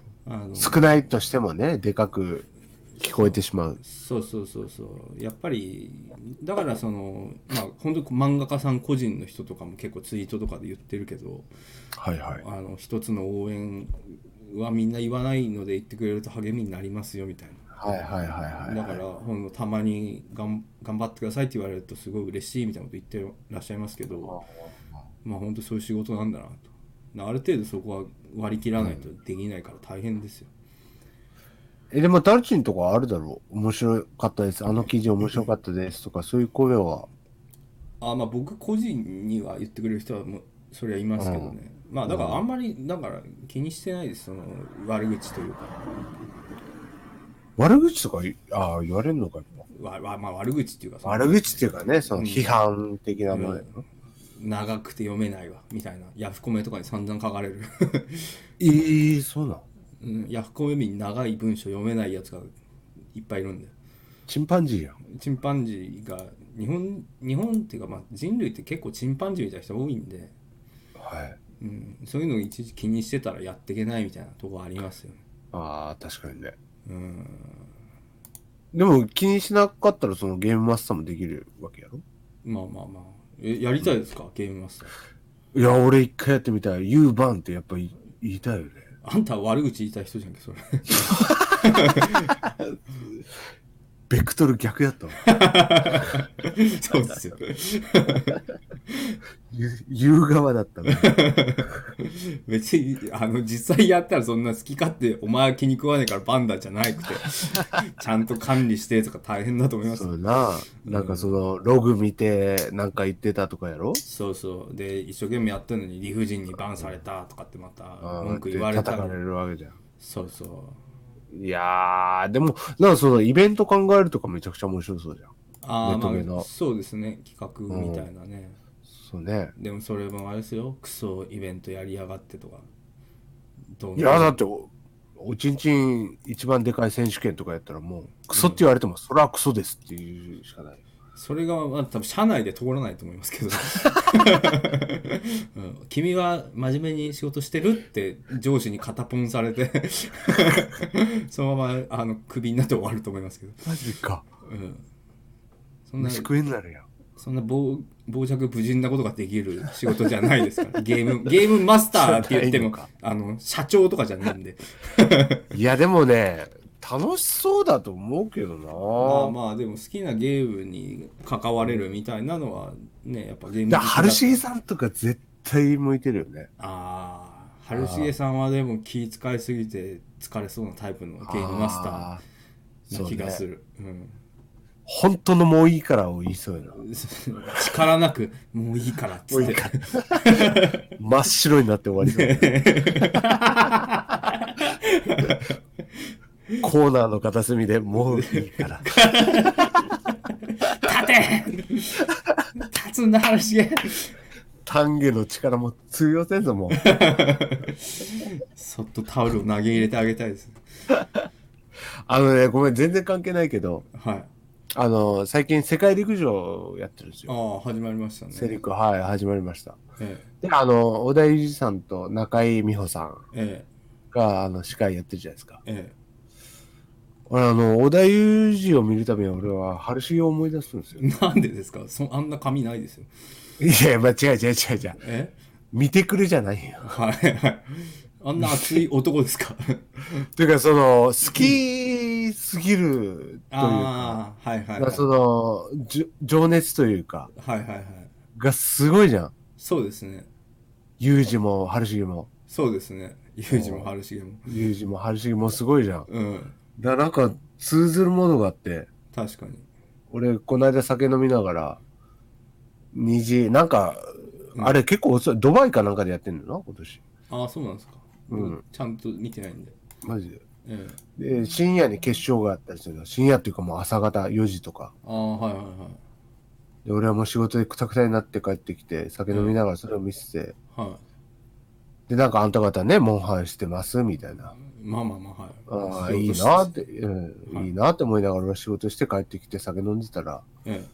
少ないとしてもね、でかく聞こえてしまう。 そう。やっぱり、だから本当に漫画家さん個人の人とかも結構ツイートとかで言ってるけど、 はいはい。 一つの応援はみんな言わないので言ってくれると励みになりますよみたいな。 はい。 だからたまに頑張ってくださいって言われるとすごい嬉しいみたいなこと言ってらっしゃいますけど、本当そういう仕事なんだなと。ある程度そこは割り切らないとできないから大変ですよ。 でもダルチンとかあるだろう。面白かったです。あの記事面白かったですとか、そういう声は。 僕個人には言ってくれる人はもうそれはいますけどね。だからあんまり気にしてないです。その悪口というか。 悪口とか言われるのか悪口っていうか悪口っていうかね、その批判的なものやろ。 長くて読めないわみたいなヤフコメとかに散々書かれる。 そうなの？ヤフコメに長い文章読めないやつがいっぱいいるんだよ。 チンパンジーやん。 チンパンジーが日本っていうか人類って結構チンパンジーみたいな人多いんで、 はい。 そういうのを一時気にしてたらやっていけないみたいなとこありますよね。 確かにね。でも気にしなかったらそのゲームマスターもできるわけやろ。 やりたいですか、ゲームマスター。 いや、俺一回やってみたい。ユーバンってやっぱり言いたいよね。 あんたは悪口言いたい人じゃんけ、それ。 ベクトル逆やったわ。 そうですよ。 言う側だったね。 別に実際やったらそんな好き勝手お前は気に食わねえからバンダじゃなくてちゃんと管理してとか大変だと思います。 そうな、なんかそのログ見てなんか言ってたとかやろ。 そうで一生懸命やってるのに理不尽にバンされたとかってまた文句言われたら叩かれるわけじゃん。 そういやーでもなんかそのイベント考えるとかめちゃくちゃ面白そうじゃん。 そうですね、企画みたいなね。 そうね。 でもそれもあれですよ、クソイベントやりやがってとか。 いやだっておちんちん一番でかい選手権とかやったらもうクソって言われても、それはクソですっていうしかない。 それが多分社内で通らないと思いますけど、君は真面目に仕事してるって上司に肩ポンされてそのままクビになって終わると思いますけど。 マジか。 そんな飯食えになるやん。 そんな傍若無人なことができる仕事じゃないですから。ゲームマスターって言っても社長とかじゃないんで。 いやでもね楽しそうだと思うけどな。 でも好きなゲームに関われるみたいなのはね、やっぱゲーム好きだ春重さんとか絶対向いてるよね。 春重さんはでも気遣いすぎて疲れそうなタイプのゲームマスターな気がする。 本当のもういいからを言いそうやな。 力なくもういいからっつって真っ白になって終わりそうコーナーの片隅でもういいから立て立つんだ春重。 丹下の力も通用せんぞもうそっとタオルを投げ入れてあげたいです。 ごめん全然関係ないけど、最近世界陸上やってるんですよ。 始まりましたね。 世陸始まりました。で小田裕二さんと中井美穂さんが司会やってるじゃないですか。 俺織田裕二を見るために俺は春重を思い出すんですよ。 なんでですか？あんな髪ないですよ。 いや、まあ、違う。見てくれじゃないよ。 はいはい。あんな熱い男ですか？ というか、好きすぎるというか、 はいはいはい。 情熱というか、 はいはいはい。 がすごいじゃん。 そうですね。 裕二も春重も。 そうですね。ユージも春重も。 裕二も春重もすごいじゃん。 うん。 なんか通ずるものがあって、 確かに。 俺、この間酒飲みながら、なんか、あれ結構遅い、ドバイかなんかでやってんのな、今年。 ああ、そうなんですか。ちゃんと見てないんで。 マジで。で、深夜に決勝があったりするの。深夜っていうかもう朝方4時とか。 ああ、はいはいはい。 で、俺はもう仕事でクタクタになって帰ってきて、酒飲みながらそれを見せて、 はい。 で、なんかあんた方ね、モンハンしてますみたいな。 まあ、はい。 ああ、いいなって、いいなって思いながら俺は仕事して帰ってきて酒飲んでたら、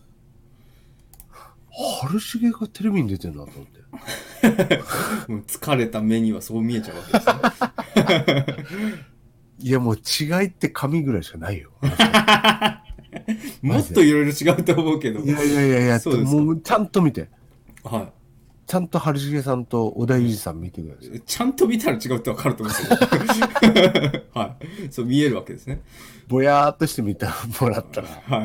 春重がテレビに出てるなと思って。 もう疲れた目にはそう見えちゃうわけですね。 いや、もう違いって髪ぐらいしかないよ。 もっといろいろ違うと思うけど。 いや、 そうですか。 もうちゃんと見て。 はい。 ちゃんと春重さんと織田裕二さん見てください。 ちゃんと見たら違うってわかると思うんですけど。はい。そう見えるわけですね。 ぼやーっとして見てもらったら、 はい。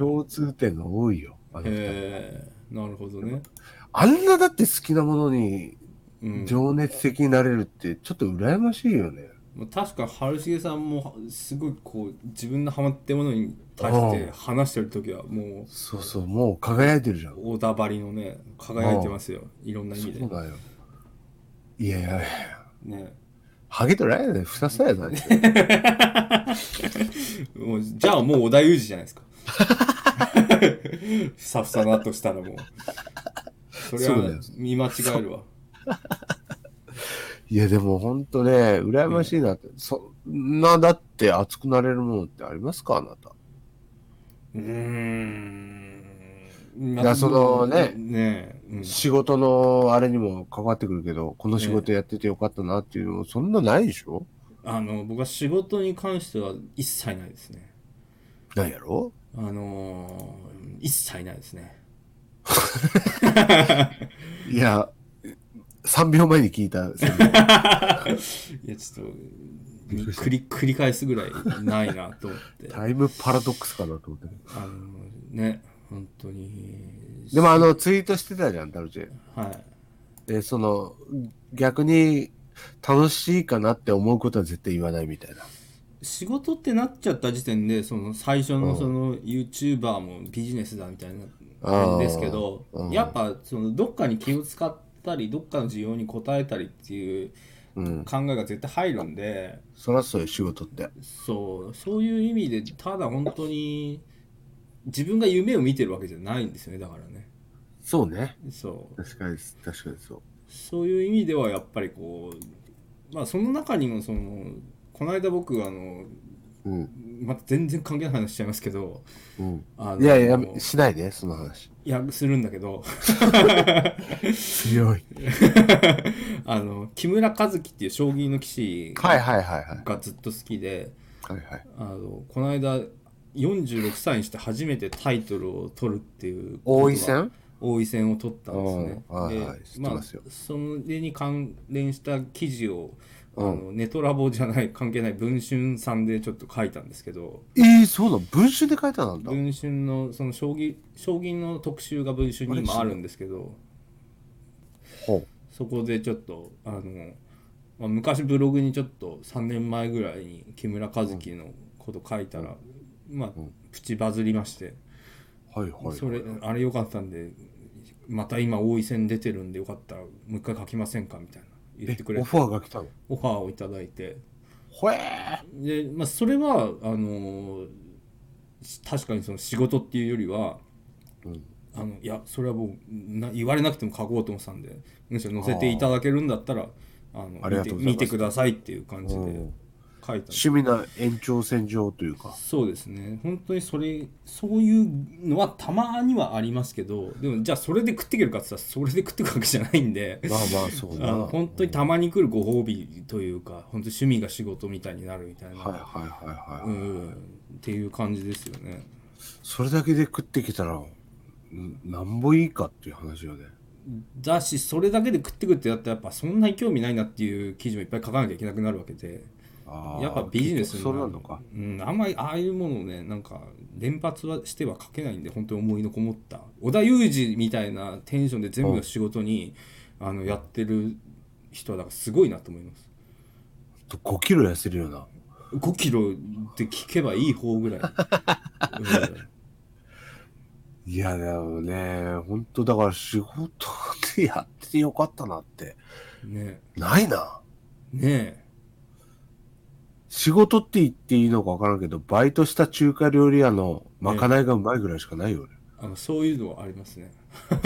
共通点が多いよ。 なるほどね。 あんなだって好きなものに情熱的になれるってちょっと羨ましいよね。 確か春重さんもすごいこう自分のハマってるものに対して話してる時はもうそうもう輝いてるじゃん。 大田張りのね輝いてますよ、いろんな意味で。 そうだよ。いやね、 ハゲとらやでふさふさやな。 もうじゃあもう織田裕二じゃないですか。ふさふさだとしたらもうそれは見間違えるわ。 いやでもほんとね、羨ましいなって。そんなだって熱くなれるものってありますか、あなた。いや、仕事のあれにも関わってくるけど、この仕事やっててよかったなっていうのもそんなないでしょ？ 僕は仕事に関しては一切ないですね。 ないやろ？ 一切ないですね。 いや、3秒前に聞いた。いや、ちょっと、繰り返すぐらいないなと思って。 タイムパラドックスかなと思って。 ね、本当に。 でもツイートしてたじゃん、タルチェ。 はい。 で、逆に楽しいかなって思うことは絶対言わないみたいな。 仕事ってなっちゃった時点で、最初のYouTuber もビジネスだみたいなんですけど、やっぱどっかに気を使ったり、どっかの需要に応えたりっていう考えが絶対入るんで、 そりゃそういう仕事って。 そういう意味で、ただ本当に自分が夢を見てるわけじゃないんですよね、だからね。 そうね。確かにそう。 そういう意味ではやっぱりまあその中にもこの間僕また全然関係ない話しちゃいますけど、 いやしないでその話。 いやするんだけど強い。 木村一樹っていう将棋の棋士がずっと好きで、この間46歳にして初めてタイトルを取るっていう王位戦を取ったんですね。で、それに関連した記事をネトラボじゃない関係ない文春さんでちょっと書いたんですけど。 そうなの？文春で書いたんだ。 文春の将棋の特集が文春にもあるんですけど、そこでちょっと昔ブログにちょっと3年前ぐらいに木村一樹のこと書いたら、プチバズりまして、それあれ良かったんでまた今王位戦出てるんでよかったらもう一回書きませんかみたいな言ってくれて、 オファーが来たの？ オファーをいただいて、 で、 それは確かに仕事っていうよりは、いやそれはもう言われなくても書こうと思ってたんで、むしろ載せていただけるんだったら見てくださいっていう感じで書いた。 趣味の延長線上というか。 そうですね。本当にそういうのはたまにはありますけど、でもじゃあそれで食っていけるかって言ったらそれで食っていくわけじゃないんで、 まあまあそうな。 本当にたまに来るご褒美というか、本当に趣味が仕事みたいになるみたいな、 はいはいはいはい、 っていう感じですよね。 それだけで食ってきたらなんぼいいかっていう話よね。 だし、それだけで食ってくってやったらやっぱそんなに興味ないなっていう記事もいっぱい書かなきゃいけなくなるわけで、やっぱビジネスにそうなのか、 あんまりああいうものをね、なんか連発はしては書けないんで、本当に思いのこもった織田裕二みたいなテンションで全部の仕事にやってる人はだからすごいなと思います。 5キロ痩せるよな。 5キロって聞けばいい方ぐらい、 いやでもね、本当だから仕事でやっててよかったなってね、 ないな。 ねえ、 仕事って言っていいのか分からんけど、バイトした中華料理屋のまかないがうまいぐらいしかないよ、 そういうのはありますね。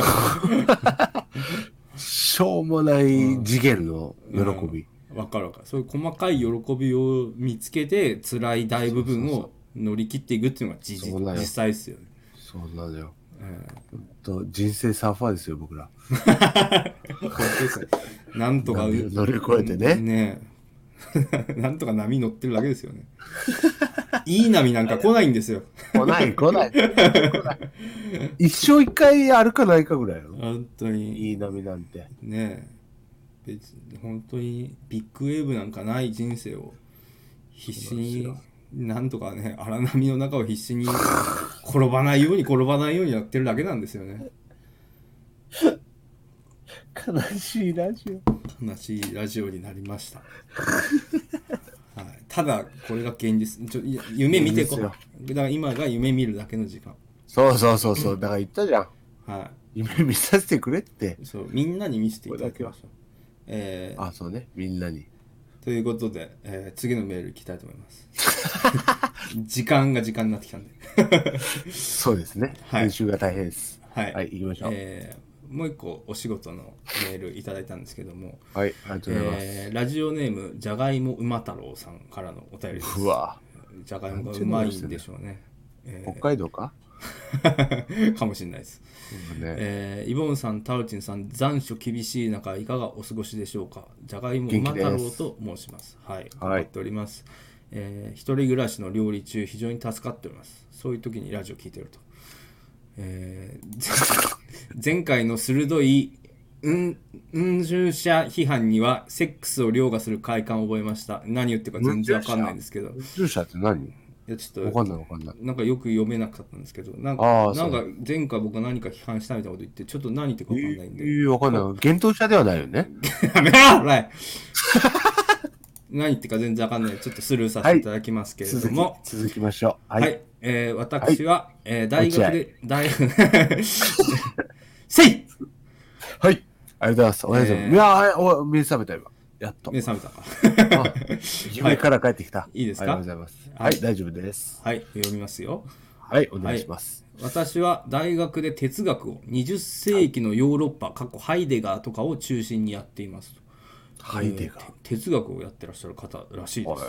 しょうもない次元の喜び。 わかるわかる。そういう細かい喜びを見つけて、辛い大部分を乗り切っていくっていうのが実際ですよね。 そうなのよ。人生サーファーですよ、僕ら。 なんとか乗り越えてね。 ねなんとか波乗ってるだけですよね。いい波なんか来ないんですよ。 来ない。一生一回あるかないかぐらいよ。 本当に。 いい波なんて。 ねえ。別に本当にビッグウェーブなんかない人生を必死に、なんとかね、荒波の中を必死に転ばないようにやってるだけなんですよね。 悲しいラジオになりました。はい、ただこれが現実。夢見てこう。だから今が夢見るだけの時間。 そう。だから言ったじゃん。 はい。 夢見させてくれって。 そう、みんなに見せていただきましょう。 そうね、みんなに。 ということで、次のメールいきたいと思います。時間になってきたんで。 そうですね。編集が大変です。はい、行きましょう。 もう一個お仕事のメールいただいたんですけども、 はい、ありがとうございます。 ラジオネームじゃがいも馬太郎さんからのお便りです。 うわ、 じゃがいもがうまいんでしょうね。 北海道かかもしれないです。イボンさん、タウチンさん、残暑厳しい中いかがお過ごしでしょうか。じゃがいも馬太郎と申します。はい、頑張っております。一人暮らしの料理中非常に助かっております。そういう時にラジオ聞いてると、前回の鋭い運従者批判にはセックスを凌駕する快感を覚えました。何言ってるか全然わかんないんですけど。 運従者って何？いやちょっとわかんない。 なんかよく読めなかったんですけど、なんか前回僕が何か批判したみたいなこと言ってちょっと何言ってるかわかんないんで。 わかんない。幻冬者ではないよね。 やめろおい何言ってるか全然わかんない。ちょっとスルーさせていただきますけれども。 続きましょう。 はい。私は、大学でせいはい。ありがとうございます。おはようございます。いや目覚めた今。やっと。 目覚めたか。 夢から帰ってきた。 いいですか？ ありがとうございます。はい、大丈夫です。 はい、読みますよ。 はい、お願いします。 私は大学で哲学を20世紀のヨーロッパ、ハイデガーとかを中心にやっています。 ハイデガー。 哲学をやってらっしゃる方らしいです。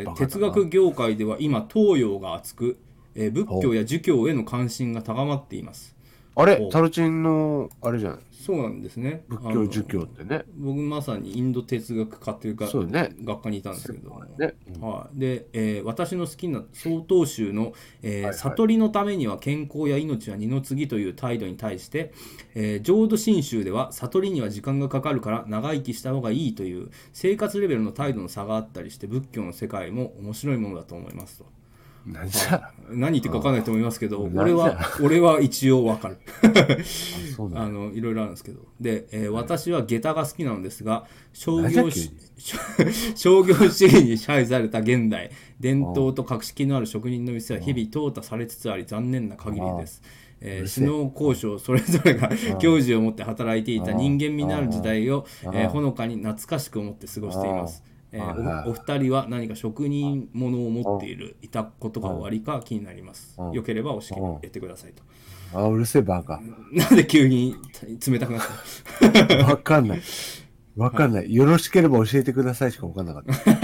哲学業界では今東洋が熱く、仏教や儒教への関心が高まっています。 あれタルチンのあれじゃない？ そうなんですね。 仏教儒教ってね。 僕まさにインド哲学科というか学科にいたんですけど、で、私の好きな曹洞宗の、悟りのためには健康や命は二の次という態度に対して、浄土真宗では悟りには時間がかかるから長生きした方がいいという生活レベルの態度の差があったりして、仏教の世界も面白いものだと思いますと。何言ってか分かんないと思いますけど、俺は一応分かるいろいろあるんですけど、で、私は下駄が好きなのですが、商業主義に支配された現代、伝統と格式のある職人の店は日々淘汰されつつあり残念な限りです。首脳交渉それぞれが矜持を持って働いていた人間味のある時代を、ほのかに懐かしく思って過ごしています。お二人は何か職人ものを持っていたことがおありか気になります。よければお式に入れてくださいと。 うるせえバカ。 なんで急に冷たくなったわかんない。よろしければ教えてくださいしかわかんなかった。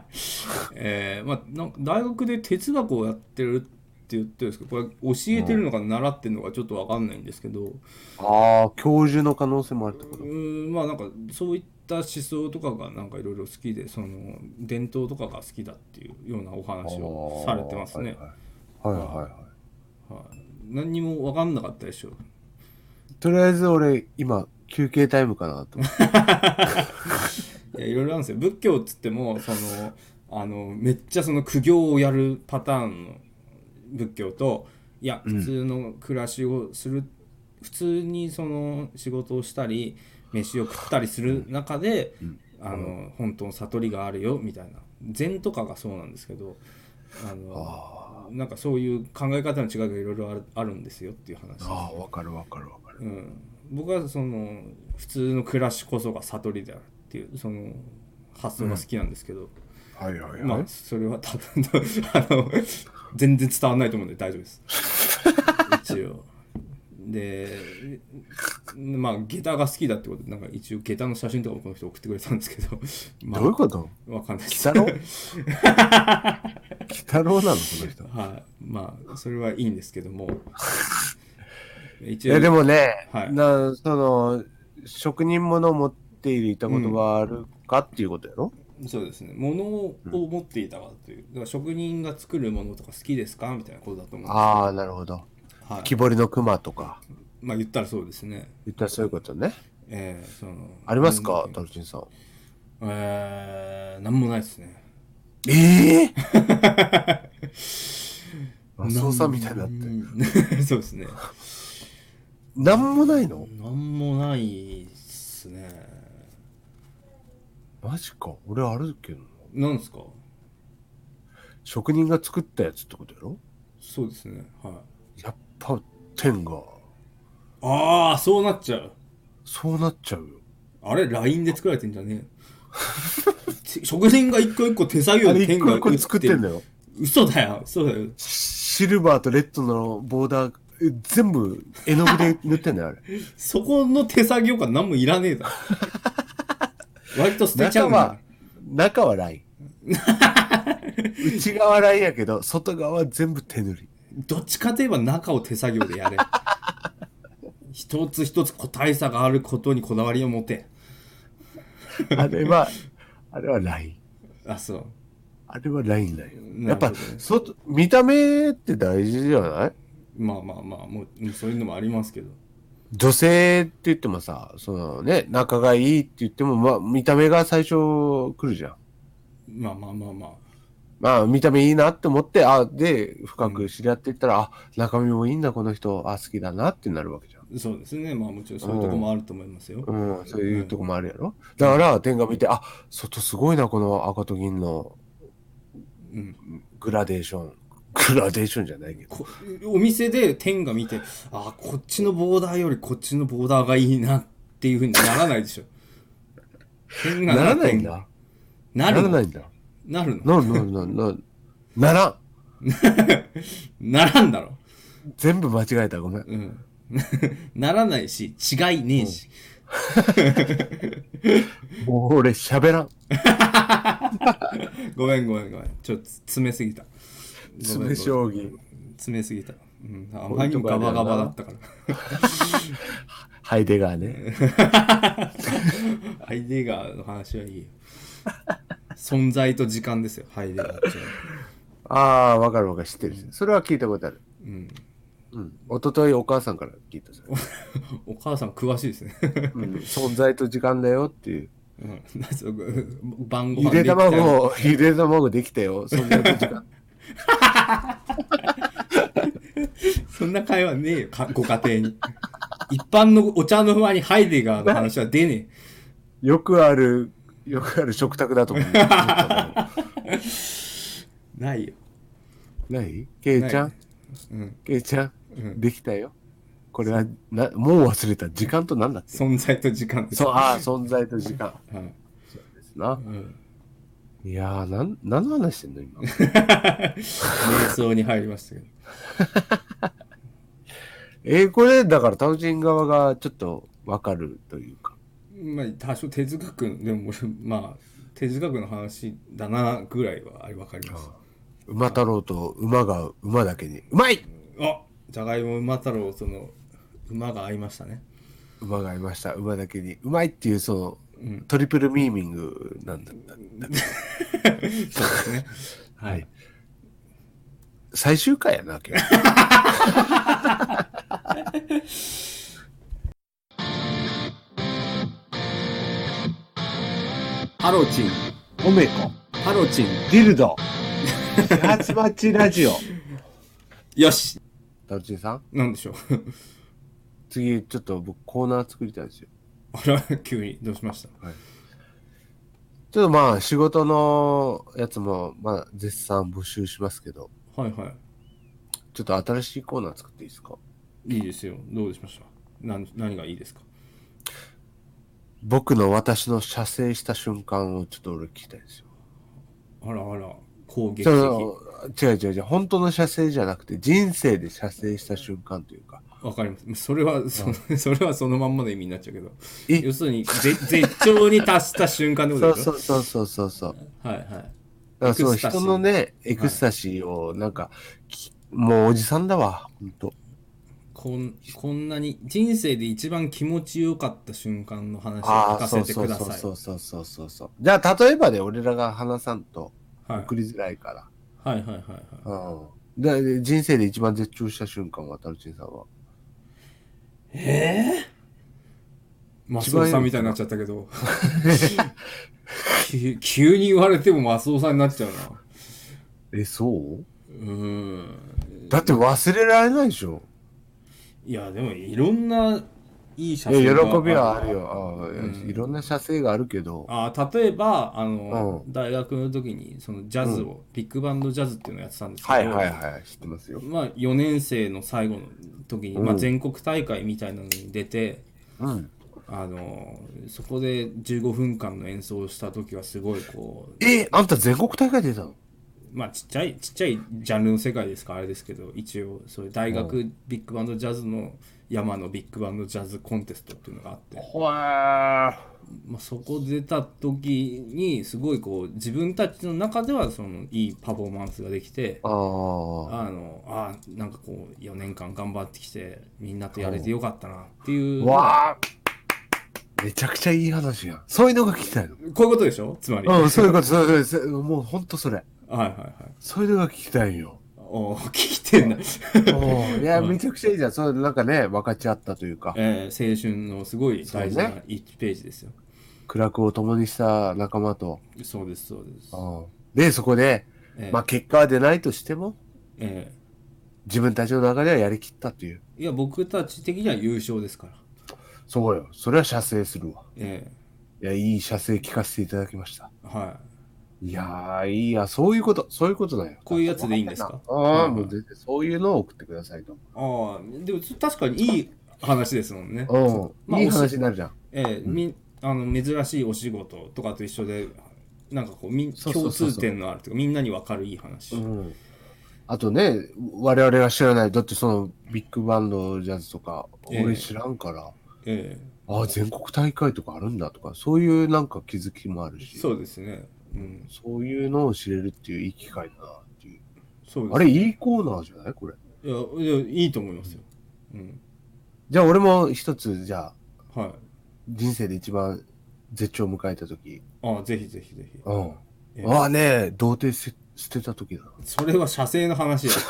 まあ、なんか大学で哲学をやってるって言ってるんですけど、これ教えてるのか習ってるのかちょっと分かんないんですけど、 ああ、教授の可能性もあるってこと。 まあなんかそういった思想とかがなんかいろいろ好きで、その伝統とかが好きだっていうようなお話をされてますね。 はいはいはい。 何にも分かんなかったでしょ。 とりあえず俺今休憩タイムかなと。 いや、いろいろあるんですよ。仏教っつってもめっちゃその苦行をやるパターンの仏教と、いや普通の暮らしをする、普通にその仕事をしたり飯を食ったりする中で、本当の悟りがあるよみたいな、禅とかがそうなんですけど、なんかそういう考え方の違いがいろいろあるんですよっていう話。 ああ、わかるわかるわかる。 僕はその普通の暮らしこそが悟りであるっていうその発想が好きなんですけど、 はいはいはい。 まあそれは多分全然伝わらないと思うんで大丈夫です。一応で、まあ下駄が好きだってことで、なんか一応下駄の写真とかもこの人送ってくれたんですけど、まあ、 どういうこと？ わかんないです。 鬼太郎なのこの人。 はい、まあそれはいいんですけども、 一応でもね、 はい、 その職人物を持っていたことがあるかっていうことやろ？ そうですね。物を持っていたかという、だから職人が作るものとか好きですかみたいなことだと思うんですけど。 ああ、なるほど。はい、木彫りの熊とか。 まあ言ったらそうですね。 言ったらそういうことね。 そのありますか、タルチンさん。 なんもないですね。 マスオさんみたいになって。 そうですね。 なんもないの？ なんもないっすね。 マジか。俺あるけど。 なんですか？ 職人が作ったやつってことやろ？ そうですね。はい。 やっぱ天が。 ああ、そうなっちゃう。 そうなっちゃうよ。 あれ LINE で作られてんじゃねえ。職人が一個一個手作業で天が一個一個作ってんだよ。 嘘だよ、そうだよ。 シルバーとレッドのボーダー全部絵の具で塗ってんだよあれ。 そこの手作業感何もいらねえだろ。割と捨てちゃうんだ。 中はライン。内側ラインやけど外側は全部手塗り。 どっちかといえば中を手作業でやれ。一つ一つ個体差があることにこだわりを持て。 あれはライン。 あ、そう。 あれはラインだよ。やっぱ見た目って大事じゃない？ まあまあまあ、もうそういうのもありますけど。 女性って言ってもさ、そのね、仲がいいって言っても、まあ見た目が最初来るじゃん。 まあまあまあまあ。 まあ見た目いいなって思って、で、深く知り合っていったら、中身もいいんだ、この人、好きだなってなるわけじゃん。 そうですね。まあもちろんそういうとこもあると思いますよ。 そういうとこもあるやろ。だから、天が見て、外すごいな、この赤と銀のグラデーション。グラデーションじゃないけど。 お店で天が見て、こっちのボーダーよりこっちのボーダーがいいなっていうふうにならないでしょ。 天がならないんだ。 ならないんだ。なるの？ ならん。 ならんだろ。 全部間違えた、ごめん。 ならないし、違いねえし。 もう俺喋らん。 ごめん。ちょっと詰めすぎた。 詰め将棋。 詰めすぎた。あまりにもガバガバだったから。 ハイデガーね。 ハイデガーの話はいいよ。存在と時間ですよ、ハイデガーって。 わかる知ってる。それは聞いたことある。一昨日お母さんから聞いた。 お母さん詳しいですね。 存在と時間だよっていう。 晩ご飯できたよ。ゆで卵できたよ。存在と時間。 そんな会話ねえよ、ご家庭に。一般のお茶の間にハイデガーの話は出ねえ。よくある食卓だと思う。 ないよ。 ないケイちゃん、ケイちゃん、できたよ。これはもう忘れた。時間と何だっけ？ 存在と時間です。 存在と時間。そうですな。いやー、何の話してんの今。 瞑想に入りましたけど。 これだからタウジン側がちょっとわかるというか。 まあ多少手塚くんでもまあ手近くの話だなぐらいは分かります。 馬太郎と馬が馬だけにうまい。 あ、じゃがいも馬太郎、その馬が合いましたね。 馬が合いました。馬だけにうまいっていうその、トリプルミーミングなんだ。 そうですね。はい。 最終回やな今日。 ハロチン、 オメコ、 ハロチン、 ディルド、始発待ちラジオ。 よし。 タロチンさん、 なんでしょう。 次ちょっと僕コーナー作りたいんですよ。 あら、急にどうしました。 はい。ちょっとまあ仕事のやつもまあ絶賛募集しますけど。 はいはい。 ちょっと新しいコーナー作っていいですか？ いいですよ。どうしました。何がいいですか？ 僕の私の射精した瞬間をちょっと俺聞きたいんですよ。 あらあら、攻撃的。 違う。本当の射精じゃなくて、人生で射精した瞬間というか。 わかります。それはそのまんまの意味になっちゃうけど。要するに、絶頂に達した瞬間ってことでしょ？ そう。 はいはい。 だからその人のね、エクスタシーを、なんか、もうおじさんだわ、ほんと。 こんなに人生で一番気持ちよかった瞬間の話を聞かせてください。 そう。じゃあ、例えばで俺らが話さんと送りづらいから。 はい。 で人生で一番絶頂した瞬間は、タルチンさんは。 マスオさんみたいになっちゃったけど。急に言われてもマスオさんになっちゃうな。 そうだって忘れられないでしょ。 いや、でもいろんないい写真が喜びはあるよ。いろんな写生があるけど。 例えば大学の時にそのジャズを、ビッグバンドジャズっていうのをやってたんですけど、 はい知ってますよ。 まあ4年生の最後の時に、まあ、全国大会みたいなのに出て、そこで15分間の演奏をした時はすごいこう。 あんた全国大会出たの？ まあちっちゃいジャンルの世界ですからあれですけど、一応そういう大学ビッグバンドジャズの山のビッグバンドジャズコンテストっていうのがあって、まあ、そこ出た時にすごいこう自分たちの中ではそのいいパフォーマンスができて、なんかこう4年間頑張ってきてみんなとやれてよかったなっていう。 めちゃくちゃいい話やん。そういうのが聞きたいの。 こういうことでしょ？つまり。 そういうこと。もうほんとそれ。 はい。 そういうのが聞きたいよ。 聞きてんだ。 いや、めちゃくちゃいいじゃん。そうなんかね、分かち合ったというか。 青春のすごい大事な1ページですよ。 苦楽を共にした仲間と。 そうです。 で、そこで、まあ結果は出ないとしても、自分たちの中ではやりきったという。 いや、僕たち的には優勝ですから。 そうよ。それは射精するわ。いや、いい射精聞かせていただきました。いやいいや、そういうことだよ。 こういうやつでいいんですか？ もう全然そういうのを送ってくださいと。 でも確かにいい話ですもんね。 いい話になるじゃん。 珍しいお仕事とかと一緒で、なんかこう共通点のあるというか、みんなに分かるいい話。 あとね、我々が知らない、だってそのビッグバンドジャズとか、俺知らんから。全国大会とかあるんだとか、そういうなんか気づきもあるし。 そうですね。 そういうのを知れるっていういい機会だなっていう。 そうですね。 あれ、いいコーナーじゃないこれ。 いや、いいと思いますよ。 じゃあ、俺も一つ、じゃあ、 人生で一番絶頂を迎えたとき。 ぜひ。 童貞捨てたときだな。 それは射精の話だ。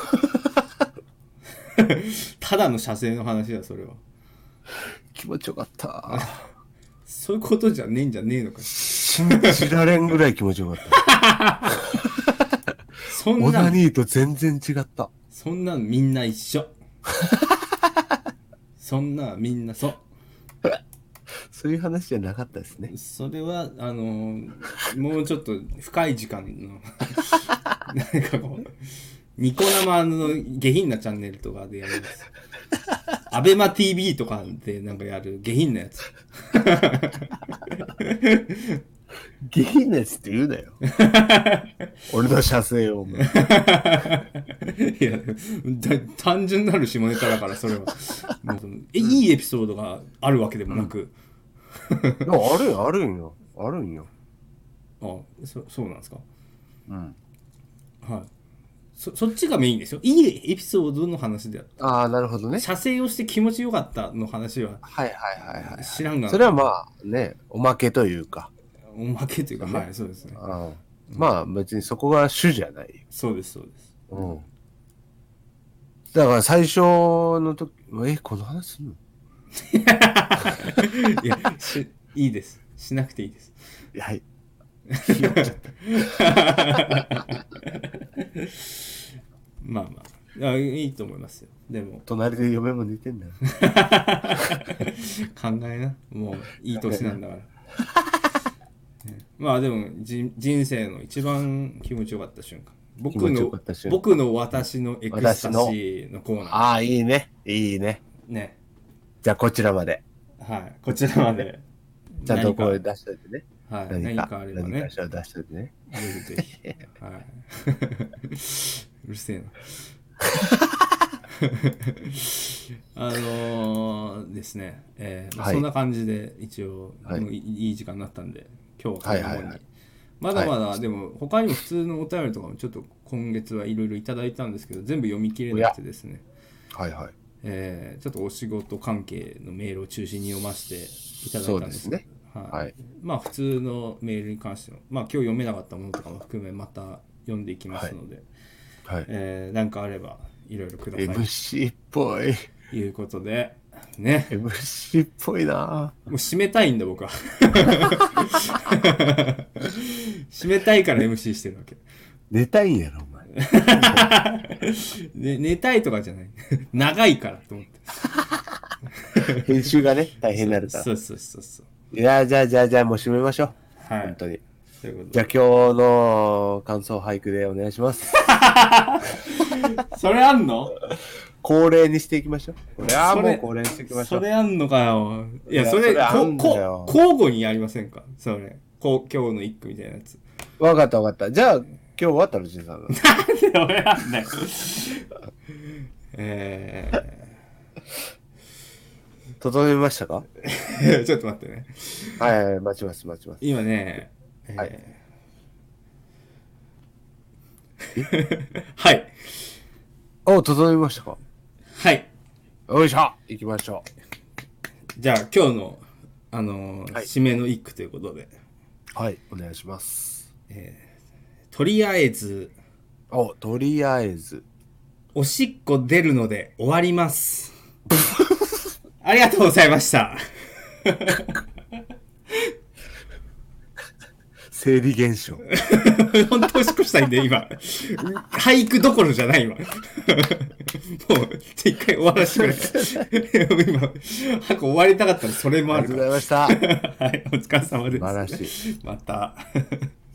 ただの射精の話だ、それは。 気持ちよかった。 そういうことじゃねえんじゃねえのか。 信じられんぐらい気持ちよかった。オナニーと全然違った。 そんなんみんな一緒。そんなみんなそう。 そういう話じゃなかったですね。 それはもうちょっと深い時間のなんかこうニコ生の下品なチャンネルとかでやるんです。アベマ TV とかでなんかやる下品なやつ。 下品なやつって言うなよ。俺の射精を。いや、単純なる下ネタだからそれは。もういいエピソードがあるわけでもなく。 あるんよ。 そうなんですか。 うん。 はい。そっちがメインですよ。いいエピソードの話であった。 ああ、なるほどね。 射精をして気持ちよかったの話は。 はいはいはいはい。 知らんが。 それはまあね、おまけというか。 おまけというか、ね、はい、そうですね。 まあ別にそこが主じゃない。 そうです、そうです。 うん。だから最初の時、この話すんのいや、いいです。しなくていいです。 はい。 まあまあいいと思いますよ。でも隣で嫁も寝てんだよ。 考えな、もういい年なんだから。まあでも人生の一番気持ちよかった瞬間。僕の私のエクスタシーのコーナー。 ああ、いいね。いいね。 ね。 じゃあこちらまで。 はい。こちらまで。 ちゃんと声出しといてね。 はい。何かあればね。 何かしら出しといてね。 ぜひ。はい。うるせえな。ですね。そんな感じで一応、いい時間になったんで、今日はこのように。まだまだ、でも他にも普通のお便りとかもちょっと今月はいろいろいただいたんですけど、全部読み切れなくてですね。 はいはい。 ちょっとお仕事関係のメールを中心に読ませていただいたんですけど、はい。まあ普通のメールに関しても、まあ今日読めなかったものとかも含めまた読んでいきますので、はい。なんかあればいろいろください。 MC っぽい。 いうことで、ね。 MC っぽいな。 もう締めたいんだ僕は。締めたいから MC してるわけ。 寝たいんやろお前。 寝たいとかじゃない。長いからと思って。 編集がね大変になるから。 そう。 いやじゃあもう締めましょう。はい。本当に。じゃあ今日の感想俳句でお願いします。 それあんの？ 恒例にしていきましょう。これはもう恒例にしていきましょう。 それあんのかよ。いや、それ交互にやりませんか？それ。今日の一句みたいなやつ。 わかった。じゃあ、今日はタルジンさん。なんで俺なんだよ。 整えましたか？ ちょっと待ってね。 はい、待ちます。 今ね、はい。はい。 整いましたか？ はい。 よいしょ行きましょう。じゃあ今日の締めの一句ということで。 はい、お願いします。 とりあえず。 とりあえず。 おしっこ出るので終わります。ありがとうございました。 生理現象。 本当おしっこしたいんで今。俳句どころじゃないわ。もう一回終わらせてくれ。今早く終わりたかったらそれもあるから。 ありがとうございました。 はい、お疲れ様です。 素晴らしい。 また。